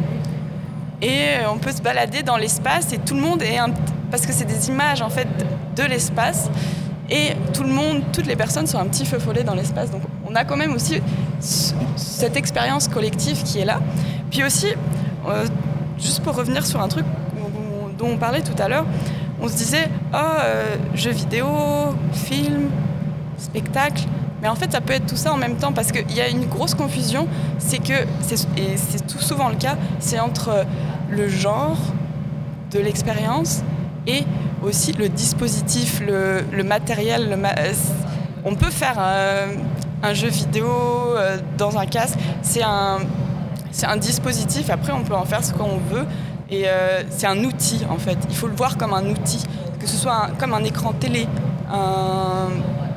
Et on peut se balader dans l'espace et tout le monde est un... parce que c'est des images en fait de l'espace et tout le monde, toutes les personnes sont un petit feu follet dans l'espace. Donc on a quand même aussi cette expérience collective qui est là. Puis aussi, euh, juste pour revenir sur un truc dont on parlait tout à l'heure, on se disait ah oh, euh, jeux vidéo, film, spectacle. Mais en fait, ça peut être tout ça en même temps parce qu'il y a une grosse confusion, c'est que, c'est, et c'est tout souvent le cas, c'est entre le genre de l'expérience et aussi le dispositif, le, le matériel. Le ma- on peut faire un, un jeu vidéo euh, dans un casque, c'est un, c'est un dispositif, après on peut en faire ce qu'on veut et euh, c'est un outil en fait. Il faut le voir comme un outil, que ce soit un, comme un écran télé, un...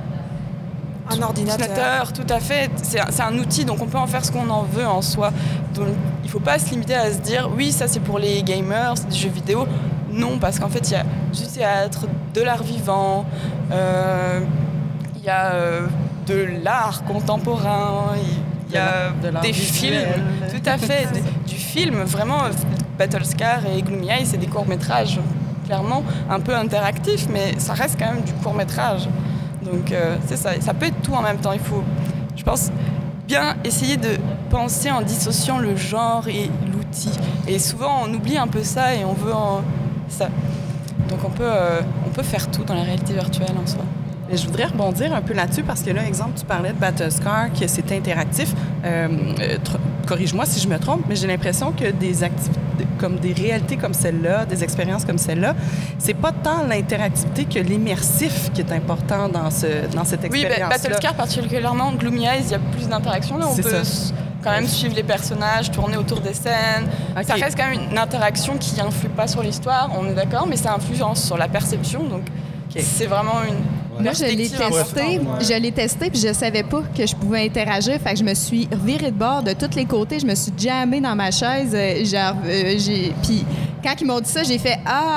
Un ordinateur. Tout à fait. C'est un, c'est un outil, donc on peut en faire ce qu'on en veut en soi. Donc il ne faut pas se limiter à se dire oui, ça c'est pour les gamers, c'est des jeux vidéo. Non, parce qu'en fait, il y a du théâtre, de l'art vivant, euh, il y a euh, de l'art contemporain, il y a de des films. Tout à fait. Du film, vraiment, Battlescar et Gloomy Eyes, c'est des courts-métrages, clairement, un peu interactifs, mais ça reste quand même du court-métrage. Donc euh, c'est ça, ça peut être tout en même temps. Il faut, je pense, bien essayer de penser en dissociant le genre et l'outil. Et souvent on oublie un peu ça et on veut en... ça. Donc on peut, euh, on peut faire tout dans la réalité virtuelle en soi. Mais je voudrais rebondir un peu là-dessus parce que là, exemple, tu parlais de Battlescar, que c'était interactif. Euh, euh, tr- corrige-moi si je me trompe, mais j'ai l'impression que des activités, comme des réalités comme celle-là, des expériences comme celle-là, c'est pas tant l'interactivité que l'immersif qui est important dans, ce, dans cette expérience-là. Oui, Battlescar particulièrement, Gloomy Eyes, il y a plus d'interaction. Là, on c'est peut ça. quand même suivre les personnages, tourner autour des scènes. Okay. Ça reste quand même une interaction qui influe pas sur l'histoire, on est d'accord, mais ça influence sur la perception. Donc okay. C'est vraiment une... Moi, je l'ai testé, je l'ai testé, puis je savais pas que je pouvais interagir. Fait que je me suis revirée de bord de tous les côtés. Je me suis jammée dans ma chaise. Genre, euh, j'ai... Puis quand ils m'ont dit ça, j'ai fait « Ah! »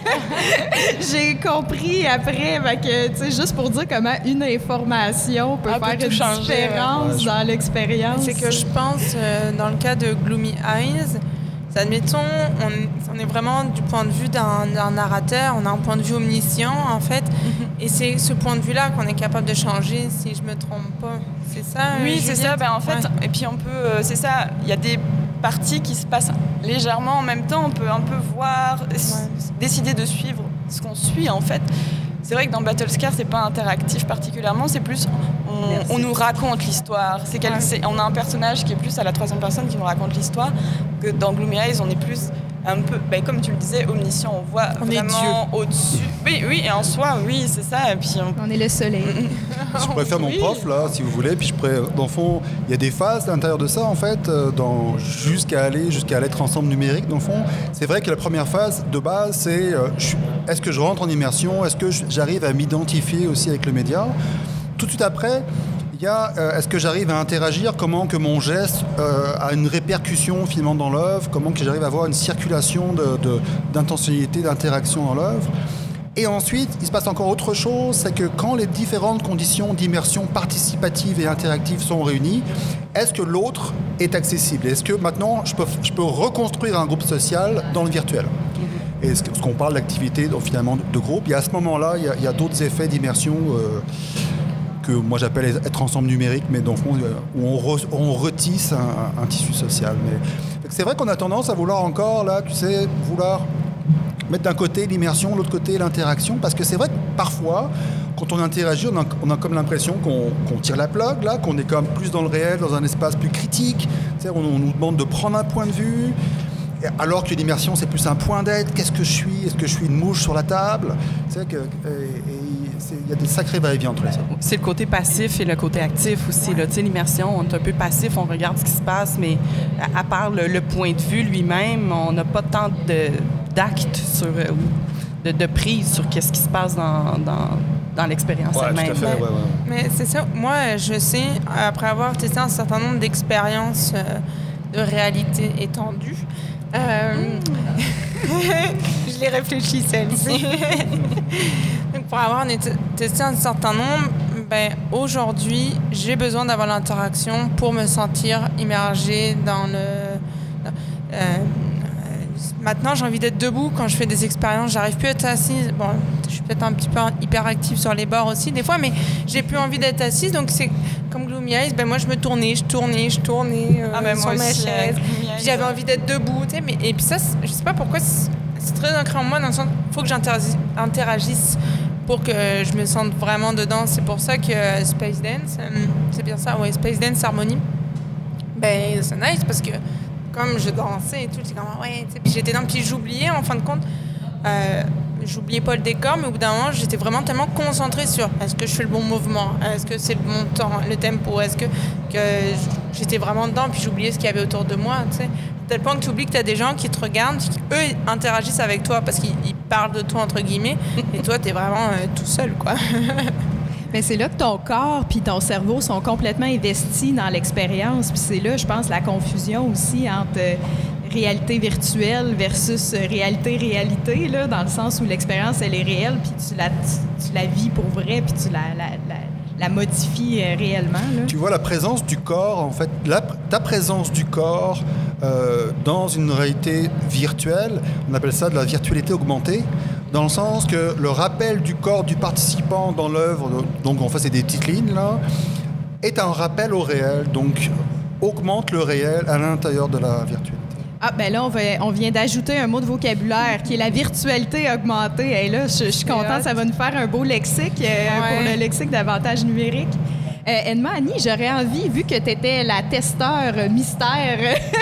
J'ai compris après. Fait que, tu sais, juste pour dire comment une information peut Ah, faire peut une tout changer, différence ouais. dans l'expérience. C'est que je pense, euh, dans le cas de Gloomy Eyes, c'est, admettons, on, on est vraiment du point de vue d'un, d'un narrateur, on a un point de vue omniscient, en fait, mm-hmm. et c'est ce point de vue-là qu'on est capable de changer, si je me trompe pas. C'est ça, Oui, euh, c'est ça. Ben, en fait, ouais. Et puis on peut, euh, c'est ça, il y a des parties qui se passent légèrement en même temps, on peut un peu voir, ouais. s- décider de suivre ce qu'on suit, en fait. C'est vrai que dans Battlescar, c'est pas interactif particulièrement, c'est plus on, on nous raconte l'histoire. C'est quel, c'est, on a un personnage qui est plus à la troisième personne qui nous raconte l'histoire. Que dans Gloomy Eyes, on est plus un peu, ben, comme tu le disais, omniscient. On voit on vraiment au-dessus. Oui, oui, et en soi, oui, c'est ça. Et puis on, on est le soleil. Je pourrais faire mon Oui. prof là, si vous voulez, puis je pourrais, dans le fond, il y a des phases à l'intérieur de ça en fait, euh, dans, jusqu'à aller jusqu'à l'être ensemble numérique. Dans le fond, c'est vrai que la première phase de base, c'est euh, je, est-ce que je rentre en immersion, est-ce que j'arrive à m'identifier aussi avec le média. Tout de suite après, il y a euh, est-ce que j'arrive à interagir, comment que mon geste euh, a une répercussion finalement dans l'œuvre, comment que j'arrive à avoir une circulation de, de, d'intentionnalité, d'interaction dans l'œuvre. Et ensuite, il se passe encore autre chose, c'est que quand les différentes conditions d'immersion participative et interactive sont réunies, est-ce que l'autre est accessible? Est-ce que maintenant, je peux, je peux reconstruire un groupe social dans le virtuel? Et ce qu'on parle d'activité donc, finalement de groupe, et à ce moment-là, il y a, il y a d'autres effets d'immersion euh, que moi j'appelle être ensemble numérique, mais dans le fond, où on, re, on retisse un, un tissu social. Mais, c'est vrai qu'on a tendance à vouloir encore, là, tu sais, vouloir mettre d'un côté l'immersion, de l'autre côté l'interaction, parce que c'est vrai que parfois, quand on interagit, on a, on a comme l'impression qu'on, qu'on tire la plug, là, qu'on est comme plus dans le réel, dans un espace plus critique. Tu sais, on, on nous demande de prendre un point de vue, alors que l'immersion, c'est plus un point d'être. Qu'est-ce que je suis? Est-ce que je suis une mouche sur la table? Tu sais, que, il y a des sacrés va-et-vient entre les ça. C'est le côté passif et le côté actif aussi. Là. Tu sais, l'immersion, on est un peu passif, on regarde ce qui se passe, mais à, à part le, le point de vue lui-même, on n'a pas tant de... d'actes sur, euh, de, de prise sur qu'est-ce qui se passe dans, dans, dans l'expérience ouais, elle-même. Tout à fait, ouais, ouais. Mais c'est ça, moi je sais, après avoir testé un certain nombre d'expériences euh, de réalité étendue, euh, je l'ai réfléchi celle-ci. Donc pour avoir testé un certain nombre, ben, aujourd'hui j'ai besoin d'avoir l'interaction pour me sentir immergée dans le... Dans, euh, Maintenant, j'ai envie d'être debout quand je fais des expériences. J'arrive plus à être assise. Bon, je suis peut-être un petit peu hyperactive sur les bords aussi des fois, mais j'ai plus envie d'être assise. Donc c'est comme Gloomy Eyes. Ben moi, je me tournais, je tournais, je tournais euh, ah, ben, sur moi ma aussi, chaise. Puis j'avais envie d'être debout, tu sais. Mais et puis ça, je sais pas pourquoi. C'est, c'est très ancré en moi dans le sens, faut que j'interagisse pour que je me sente vraiment dedans. C'est pour ça que euh, Space Dance, euh, c'est bien ça, ouais, Space Dance Harmony. Ben c'est nice parce que comme je dansais et tout, j'étais comme ouais, tu sais, puis j'étais dans, puis j'oubliais en fin de compte, euh, j'oubliais pas le décor, mais au bout d'un moment, j'étais vraiment tellement concentrée sur est-ce que je fais le bon mouvement, est-ce que c'est le bon temps, le tempo, est-ce que, que j'étais vraiment dedans, puis j'oubliais ce qu'il y avait autour de moi, tu sais. À tel point que tu oublies que tu as des gens qui te regardent, qui eux interagissent avec toi parce qu'ils ils parlent de toi, entre guillemets, et toi, t'es vraiment euh, tout seul, quoi. Mais c'est là que ton corps puis ton cerveau sont complètement investis dans l'expérience. Puis c'est là, je pense, la confusion aussi entre euh, réalité virtuelle versus euh, réalité-réalité, là, dans le sens où l'expérience, elle est réelle, puis tu la, tu, tu la vis pour vrai, puis tu la, la, la, la modifies euh, réellement. Là. Tu vois la présence du corps, en fait, la, ta présence du corps euh, dans une réalité virtuelle, on appelle ça de la virtualité augmentée, dans le sens que le rappel du corps du participant dans l'œuvre, donc en fait c'est des petites lignes là, est un rappel au réel, donc augmente le réel à l'intérieur de la virtualité. Ah, ben là, on, va, on vient d'ajouter un mot de vocabulaire qui est la virtualité augmentée. Et là, je, je suis contente, ça va nous faire un beau lexique euh, ouais. pour le lexique d'avantage numérique. Euh, Edma, Annie, j'aurais envie, vu que tu étais la testeur mystère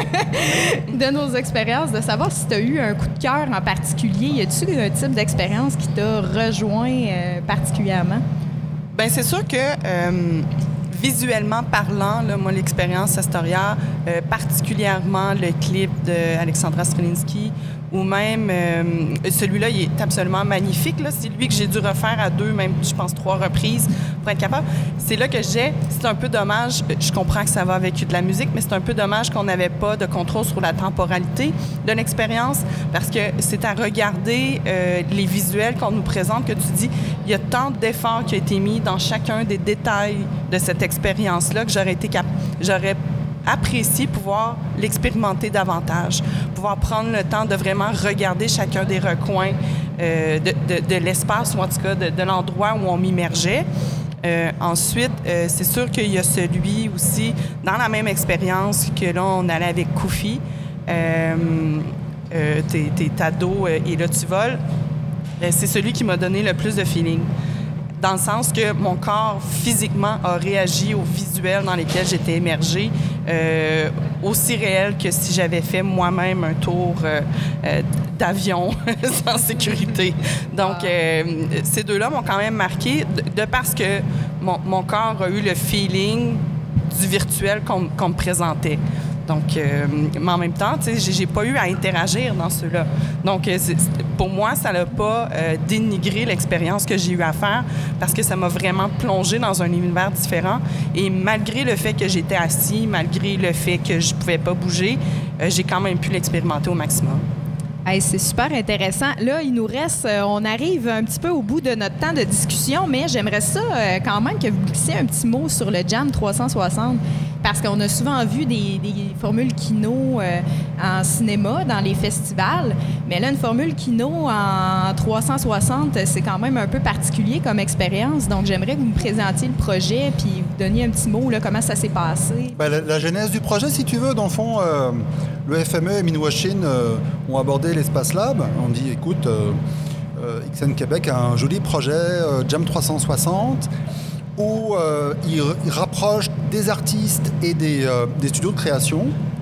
de nos expériences, de savoir si tu as eu un coup de cœur en particulier. Y a-t-il un type d'expérience qui t'a rejoint euh, particulièrement? Bien, c'est sûr que euh, visuellement parlant, là, moi, l'expérience Astoria, euh, particulièrement le clip d'Alexandra Strelinski, ou même euh, celui-là, il est absolument magnifique. Là. C'est lui que j'ai dû refaire à deux, même, je pense, trois reprises pour être capable. C'est là que j'ai... C'est un peu dommage, je comprends que ça va avec de la musique, mais c'est un peu dommage qu'on n'avait pas de contrôle sur la temporalité de l'expérience, parce que c'est à regarder euh, les visuels qu'on nous présente que tu dis, il y a tant d'efforts qui ont été mis dans chacun des détails de cette expérience-là que j'aurais été cap- j'aurais apprécié pouvoir l'expérimenter davantage, pouvoir prendre le temps de vraiment regarder chacun des recoins euh, de, de, de l'espace, ou en tout cas de, de l'endroit où on m'immergeait. Euh, ensuite, euh, c'est sûr qu'il y a celui aussi, dans la même expérience que là, on allait avec Koufi, euh, euh, t'es, t'es ado euh, et là, tu voles. Euh, c'est celui qui m'a donné le plus de feeling. Dans le sens que mon corps, physiquement, a réagi aux visuels dans lesquels j'étais immergée, euh, aussi réel que si j'avais fait moi-même un tour euh, euh, d'avion sans sécurité. Donc, euh, ces deux-là m'ont quand même marqué, de, de parce que mon, mon corps a eu le feeling du virtuel qu'on, qu'on me présentait. Donc, euh, mais en même temps, tu sais, j'ai, j'ai pas eu à interagir dans ceux-là. Donc, c'est, pour moi, ça n'a pas euh, dénigré l'expérience que j'ai eu à faire, parce que ça m'a vraiment plongé dans un univers différent. Et malgré le fait que j'étais assis, malgré le fait que je pouvais pas bouger, euh, j'ai quand même pu l'expérimenter au maximum. Hey, c'est super intéressant. Là, il nous reste, euh, on arrive un petit peu au bout de notre temps de discussion, mais j'aimerais ça euh, quand même que vous glissiez un petit mot sur le Jam trois cent soixante, parce qu'on a souvent vu des, des formules Kino euh, en cinéma, dans les festivals, mais là, une formule Kino en trois cent soixante, c'est quand même un peu particulier comme expérience. Donc, j'aimerais que vous me présentiez le projet puis vous donniez un petit mot, là, comment ça s'est passé. Ben, la, la genèse du projet, si tu veux, dans le fond, euh, le F M E et Minwashin euh, ont abordé l'Espace Lab. On dit, écoute, euh, euh, X N Québec a un joli projet, euh, Jam trois cent soixante, où euh, il, il rapproche des artistes et des, euh, des studios de création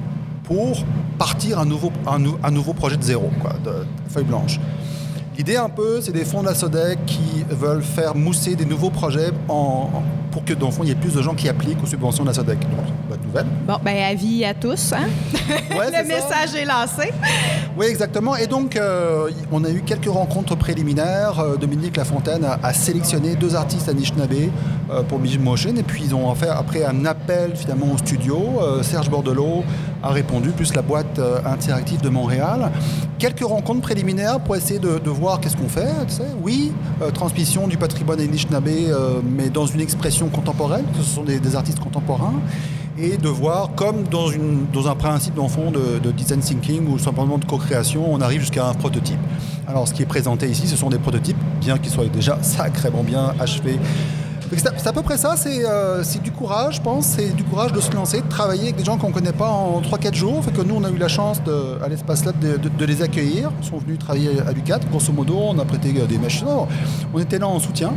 pour partir un nouveau, un, un nouveau projet de zéro, quoi, de, de feuille blanche. L'idée un peu, c'est des fonds de la SODEC qui veulent faire mousser des nouveaux projets en, en, pour que dans le fond, il y ait plus de gens qui appliquent aux subventions de la SODEC. Donc, bonne nouvelle. Bon, ben avis à tous, hein? Ouais, le message ça. est lancé. Oui, exactement. Et donc, euh, on a eu quelques rencontres préliminaires. Euh, Dominique Lafontaine a, a sélectionné deux artistes Anishinaabe euh, pour Minwashin. Et puis, ils ont fait après un appel finalement au studio. Euh, Serge Bordelot a répondu, plus la boîte euh, interactive de Montréal. Quelques rencontres préliminaires pour essayer de, de voir qu'est-ce qu'on fait. Tu sais. Oui, euh, transmission du patrimoine Anishinaabe, euh, mais dans une expression contemporaine, que ce sont des, des artistes contemporains. Et de voir, comme dans, une, dans un principe dans le fond de, de design thinking ou simplement de co-création, on arrive jusqu'à un prototype. Alors, ce qui est présenté ici, ce sont des prototypes, bien qu'ils soient déjà sacrément bien achevés. C'est à, c'est à peu près ça, c'est, euh, c'est du courage, je pense, c'est du courage de se lancer, de travailler avec des gens qu'on ne connaît pas en trois quatre jours. Fait que nous, on a eu la chance, de, à l'Espace Lab, de, de, de les accueillir. Ils sont venus travailler à l'U quatre, grosso modo, on a prêté des machines. On était là en soutien.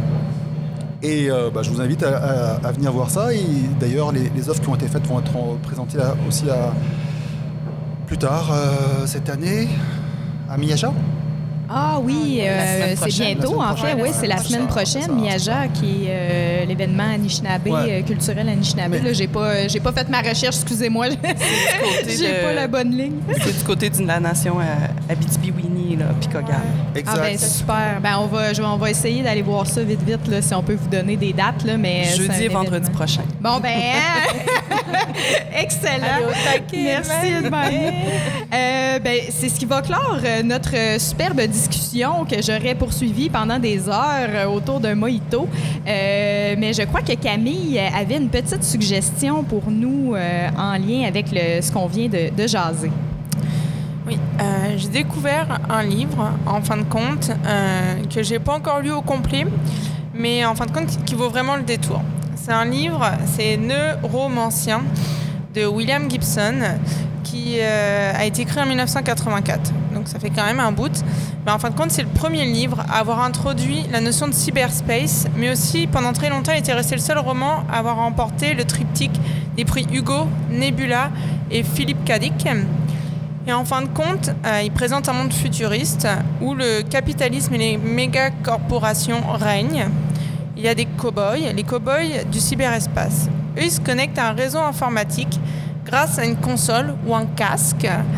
Et euh, bah, je vous invite à, à, à venir voir ça. Et d'ailleurs, les, les offres qui ont été faites vont être en, présentées là, aussi à, plus tard euh, cette année à Miyaja. Ah oui, euh, c'est bientôt, en fait. Oui, c'est la semaine prochaine. prochaine, Miyaja, qui est euh, l'événement Anishinaabe, ouais. euh, culturel Anishinaabe. Mais... Là, j'ai pas, j'ai pas fait ma recherche, excusez-moi. J'ai de... pas la bonne ligne. C'est du côté de la nation euh, Abitibi-Winnie, là, puis Kogan. Ouais. Ah ben super. Ben on va, je, on va essayer d'aller voir ça vite, vite, là, si on peut vous donner des dates, là, mais jeudi et vendredi événement. Prochain. Bon ben, excellent. Merci Edmond. euh, ben c'est ce qui va clore notre superbe discussion que j'aurais poursuivie pendant des heures autour d'un mojito. Euh, mais je crois que Camille avait une petite suggestion pour nous euh, en lien avec le, ce qu'on vient de, de jaser. Oui, euh, j'ai découvert un livre, en fin de compte, euh, que j'ai pas encore lu au complet, mais en fin de compte, qui vaut vraiment le détour. C'est un livre, c'est Neuromancien de William Gibson, qui euh, a été écrit en dix-neuf cent quatre-vingt-quatre. Donc ça fait quand même un bout. Mais en fin de compte, c'est le premier livre à avoir introduit la notion de cyberspace, mais aussi, pendant très longtemps, il était resté le seul roman à avoir remporté le triptyque des prix Hugo, Nebula et Philip K. Dick. Et en fin de compte, euh, il présente un monde futuriste où le capitalisme et les méga-corporations règnent. Il y a des cow-boys, les cow-boys du cyberespace. Eux, ils se connectent à un réseau informatique grâce à une console ou un casque.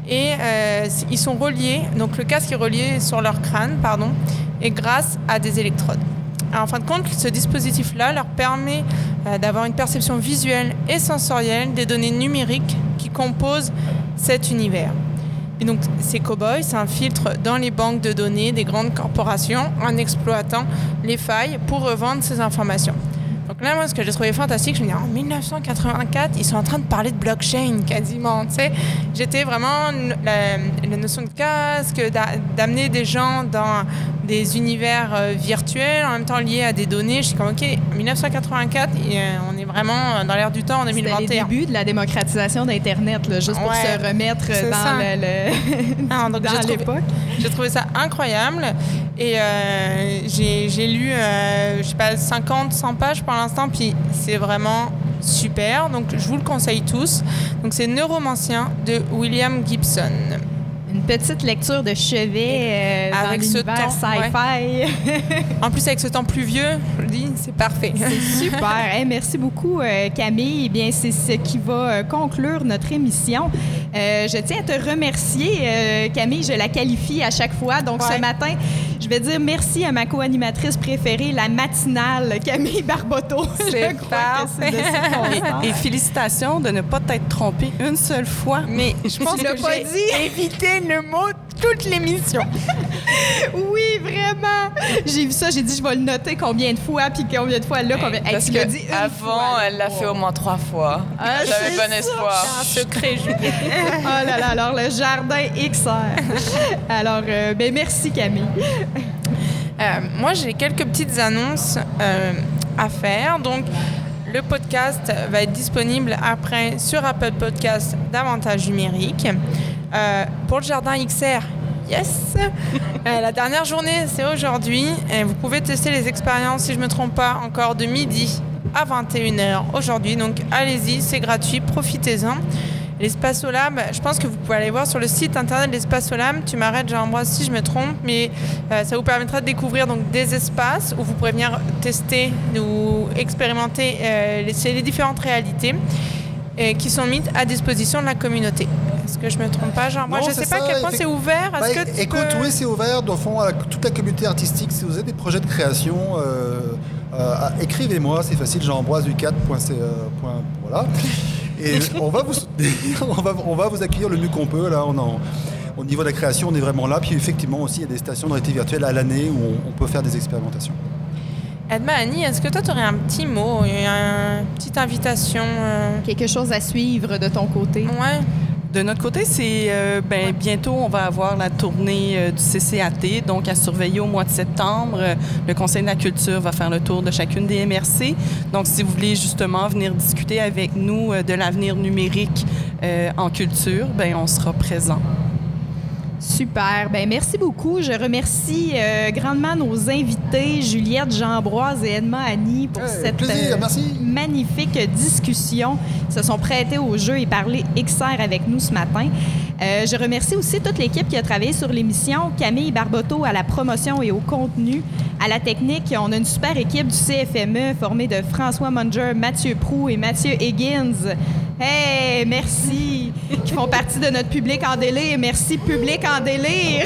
Et euh, ils sont reliés, donc le casque est relié sur leur crâne, pardon, et grâce à des électrodes. Alors, en fin de compte, ce dispositif-là leur permet euh, d'avoir une perception visuelle et sensorielle des données numériques qui composent cet univers. Et donc, ces cow-boys s'infiltrent dans les banques de données des grandes corporations en exploitant les failles pour revendre ces informations. Donc là, moi, ce que j'ai trouvé fantastique, je me dis, en dix-neuf cent quatre-vingt-quatre, ils sont en train de parler de blockchain quasiment, tu sais. J'étais vraiment la, la notion de casque, d'amener des gens dans des univers euh, virtuels, en même temps liés à des données. Je suis comme, OK, en dix-neuf cent quatre-vingt-quatre, et, euh, on est vraiment dans l'air du temps en deux mille vingt et un. C'était le début de la démocratisation d'Internet, là, juste pour ouais, se remettre dans ça. le, le ah, donc dans l'époque. J'ai trouvé ça incroyable. Et euh, j'ai, j'ai lu, euh, je sais pas, cinquante, cent pages pour l'instant, puis c'est vraiment super. Donc, je vous le conseille tous. Donc, c'est Neuromancien de William Gibson. Une petite lecture de chevet euh, avec dans ce l'univers temps, sci-fi. Ouais. En plus, avec ce temps pluvieux, je le dis, c'est parfait. C'est super. Hey, merci beaucoup, euh, Camille. Eh bien, c'est ce qui va euh, conclure notre émission. Euh, je tiens à te remercier, euh, Camille. Je la qualifie à chaque fois. Donc, ouais. Ce matin, je vais dire merci à ma co-animatrice préférée, la matinale, Camille Barboteau. C'est parfait. Et, et félicitations de ne pas t'être trompée une seule fois. Mais je pense que, que pas j'ai dit. évité le mot toute l'émission. Oui, vraiment. J'ai vu ça, j'ai dit je vais le noter combien de fois, puis combien de fois là, combien. Parce hey, tu que l'as dit une avant, fois, elle l'a fait au moins trois fois. Ah, j'avais bon ça. espoir. C'est un secret, Julie. Oh là là, alors le jardin X R. Alors, euh, ben merci Camille. Euh, moi, j'ai quelques petites annonces euh, à faire. Donc, le podcast va être disponible après sur Apple Podcast d'Avantage Numérique. Euh, pour le jardin X R, yes! Euh, la dernière journée, c'est aujourd'hui. Et vous pouvez tester les expériences, si je ne me trompe pas, encore de midi à vingt et une heures aujourd'hui. Donc, allez-y, c'est gratuit, profitez-en. L'Espacolab, je pense que vous pouvez aller voir sur le site internet de l'Espacolab. Tu m'arrêtes, Jean-Ambroise, si je me trompe, mais euh, ça vous permettra de découvrir donc, des espaces où vous pourrez venir tester ou expérimenter euh, les, les différentes réalités euh, qui sont mises à disposition de la communauté. Est-ce que je me trompe pas, Jean-Ambroise? Je ne sais pas à quel point c'est ouvert. Bah, Est-ce que écoute, peux... oui, c'est ouvert. Au fond, à toute la communauté artistique, si vous avez des projets de création, euh, euh, écrivez-moi, c'est facile, jean-ambroise u quatre point c e. Voilà. Et on va vous soutenir, on va, on va vous accueillir le mieux qu'on peut. Là, on en, au niveau de la création, on est vraiment là. Puis effectivement aussi, il y a des stations de réalité virtuelle à l'année où on, on peut faire des expérimentations. Edma, Annie, est-ce que toi, tu aurais un petit mot, une petite invitation euh... Quelque chose à suivre de ton côté? Ouais. De notre côté, c'est euh, ben, bientôt, on va avoir la tournée euh, du C C A T, donc à surveiller au mois de septembre. Euh, le Conseil de la culture va faire le tour de chacune des M R C. Donc, si vous voulez justement venir discuter avec nous euh, de l'avenir numérique euh, en culture, ben, on sera présent. Super. Ben merci beaucoup. Je remercie euh, grandement nos invités, Juliette, Jean-Ambroise et Edma Annie, pour hey, cette plaisir, euh, magnifique discussion. Ils se sont prêtés au jeu et parlé X R avec nous ce matin. Euh, je remercie aussi toute l'équipe qui a travaillé sur l'émission. Camille Barboteau à la promotion et au contenu. À la technique, on a une super équipe du C F M E formée de François Munger, Mathieu Proux et Mathieu Higgins. Hey, merci! Qui font partie de notre public en délire. Merci, public en délire!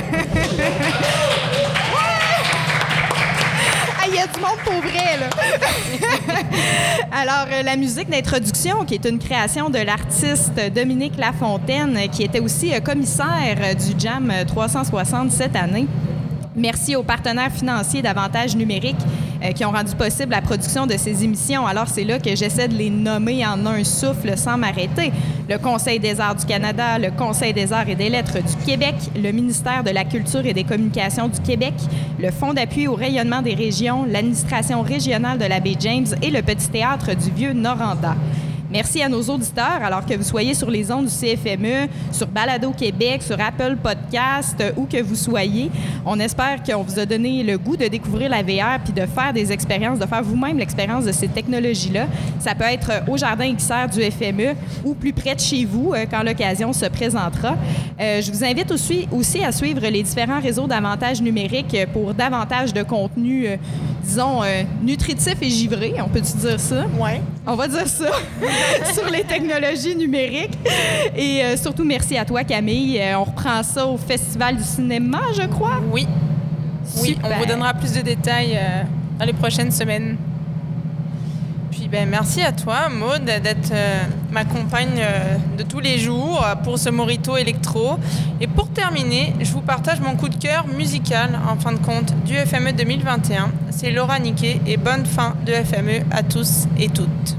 Il y a du monde pour vrai, là! Alors, euh, la musique d'introduction, qui est une création de l'artiste Dominique Lafontaine, qui était aussi euh, commissaire euh, du Jam trois cent soixante cette année. Merci aux partenaires financiers d'Avantage Numérique euh, qui ont rendu possible la production de ces émissions. Alors, c'est là que j'essaie de les nommer en un souffle sans m'arrêter. Le Conseil des arts du Canada, le Conseil des arts et des lettres du Québec, le ministère de la Culture et des Communications du Québec, le Fonds d'appui au rayonnement des régions, l'administration régionale de la baie James et le Petit Théâtre du Vieux-Noranda. Merci à nos auditeurs, alors que vous soyez sur les ondes du C F M E, sur Balado Québec, sur Apple Podcast, euh, où que vous soyez. On espère qu'on vous a donné le goût de découvrir la V R puis de faire des expériences, de faire vous-même l'expérience de ces technologies-là. Ça peut être au Jardin X R du F M E ou plus près de chez vous, euh, quand l'occasion se présentera. Euh, je vous invite aussi, aussi à suivre les différents réseaux d'Avantage Numérique pour davantage de contenu euh, disons, euh, nutritif et givré, on peut-tu dire ça? Ouais. On va dire ça, sur les technologies numériques. Et euh, surtout, merci à toi, Camille. Euh, on reprend ça au Festival du cinéma, je crois? Oui. Oui, Super. on vous donnera plus de détails euh, dans les prochaines semaines. Puis ben, merci à toi, Maud, d'être euh, ma compagne euh, de tous les jours euh, pour ce Morito électro. Et pour terminer, je vous partage mon coup de cœur musical, en fin de compte, du F M E deux mille vingt et un. C'est Laura Niquet et bonne fin de F M E à tous et toutes.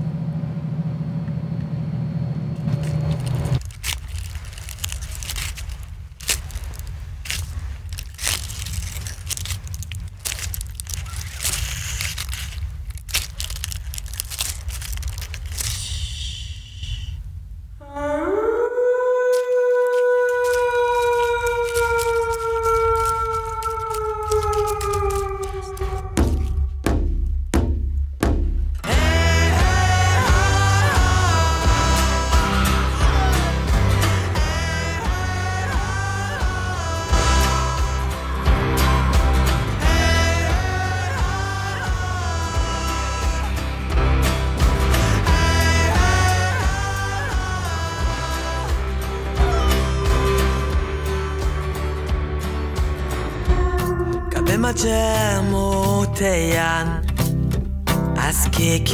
맞아 못해야 아스킥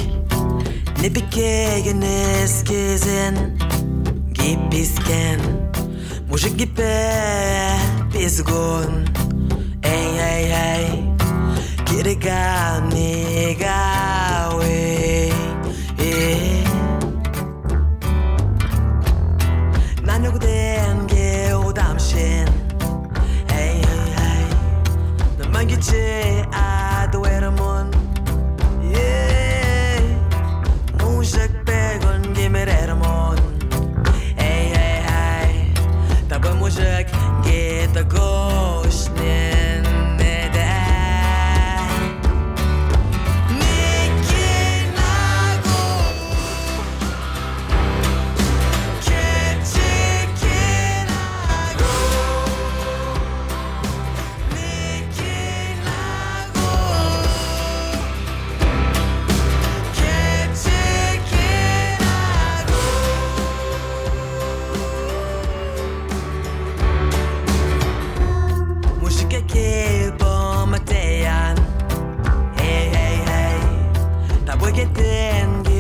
니비케게 네스키젠 기피스캔 무식기페 비스곤 에이 에이 에이 길이가 네가 왜 난 요구된 게 오담신 mangice adoeramon yeah mushak pegon gimeramon hey hey hey taba mushak get the ghost nen neda Hey, hey, hey, ta vuoi che tenga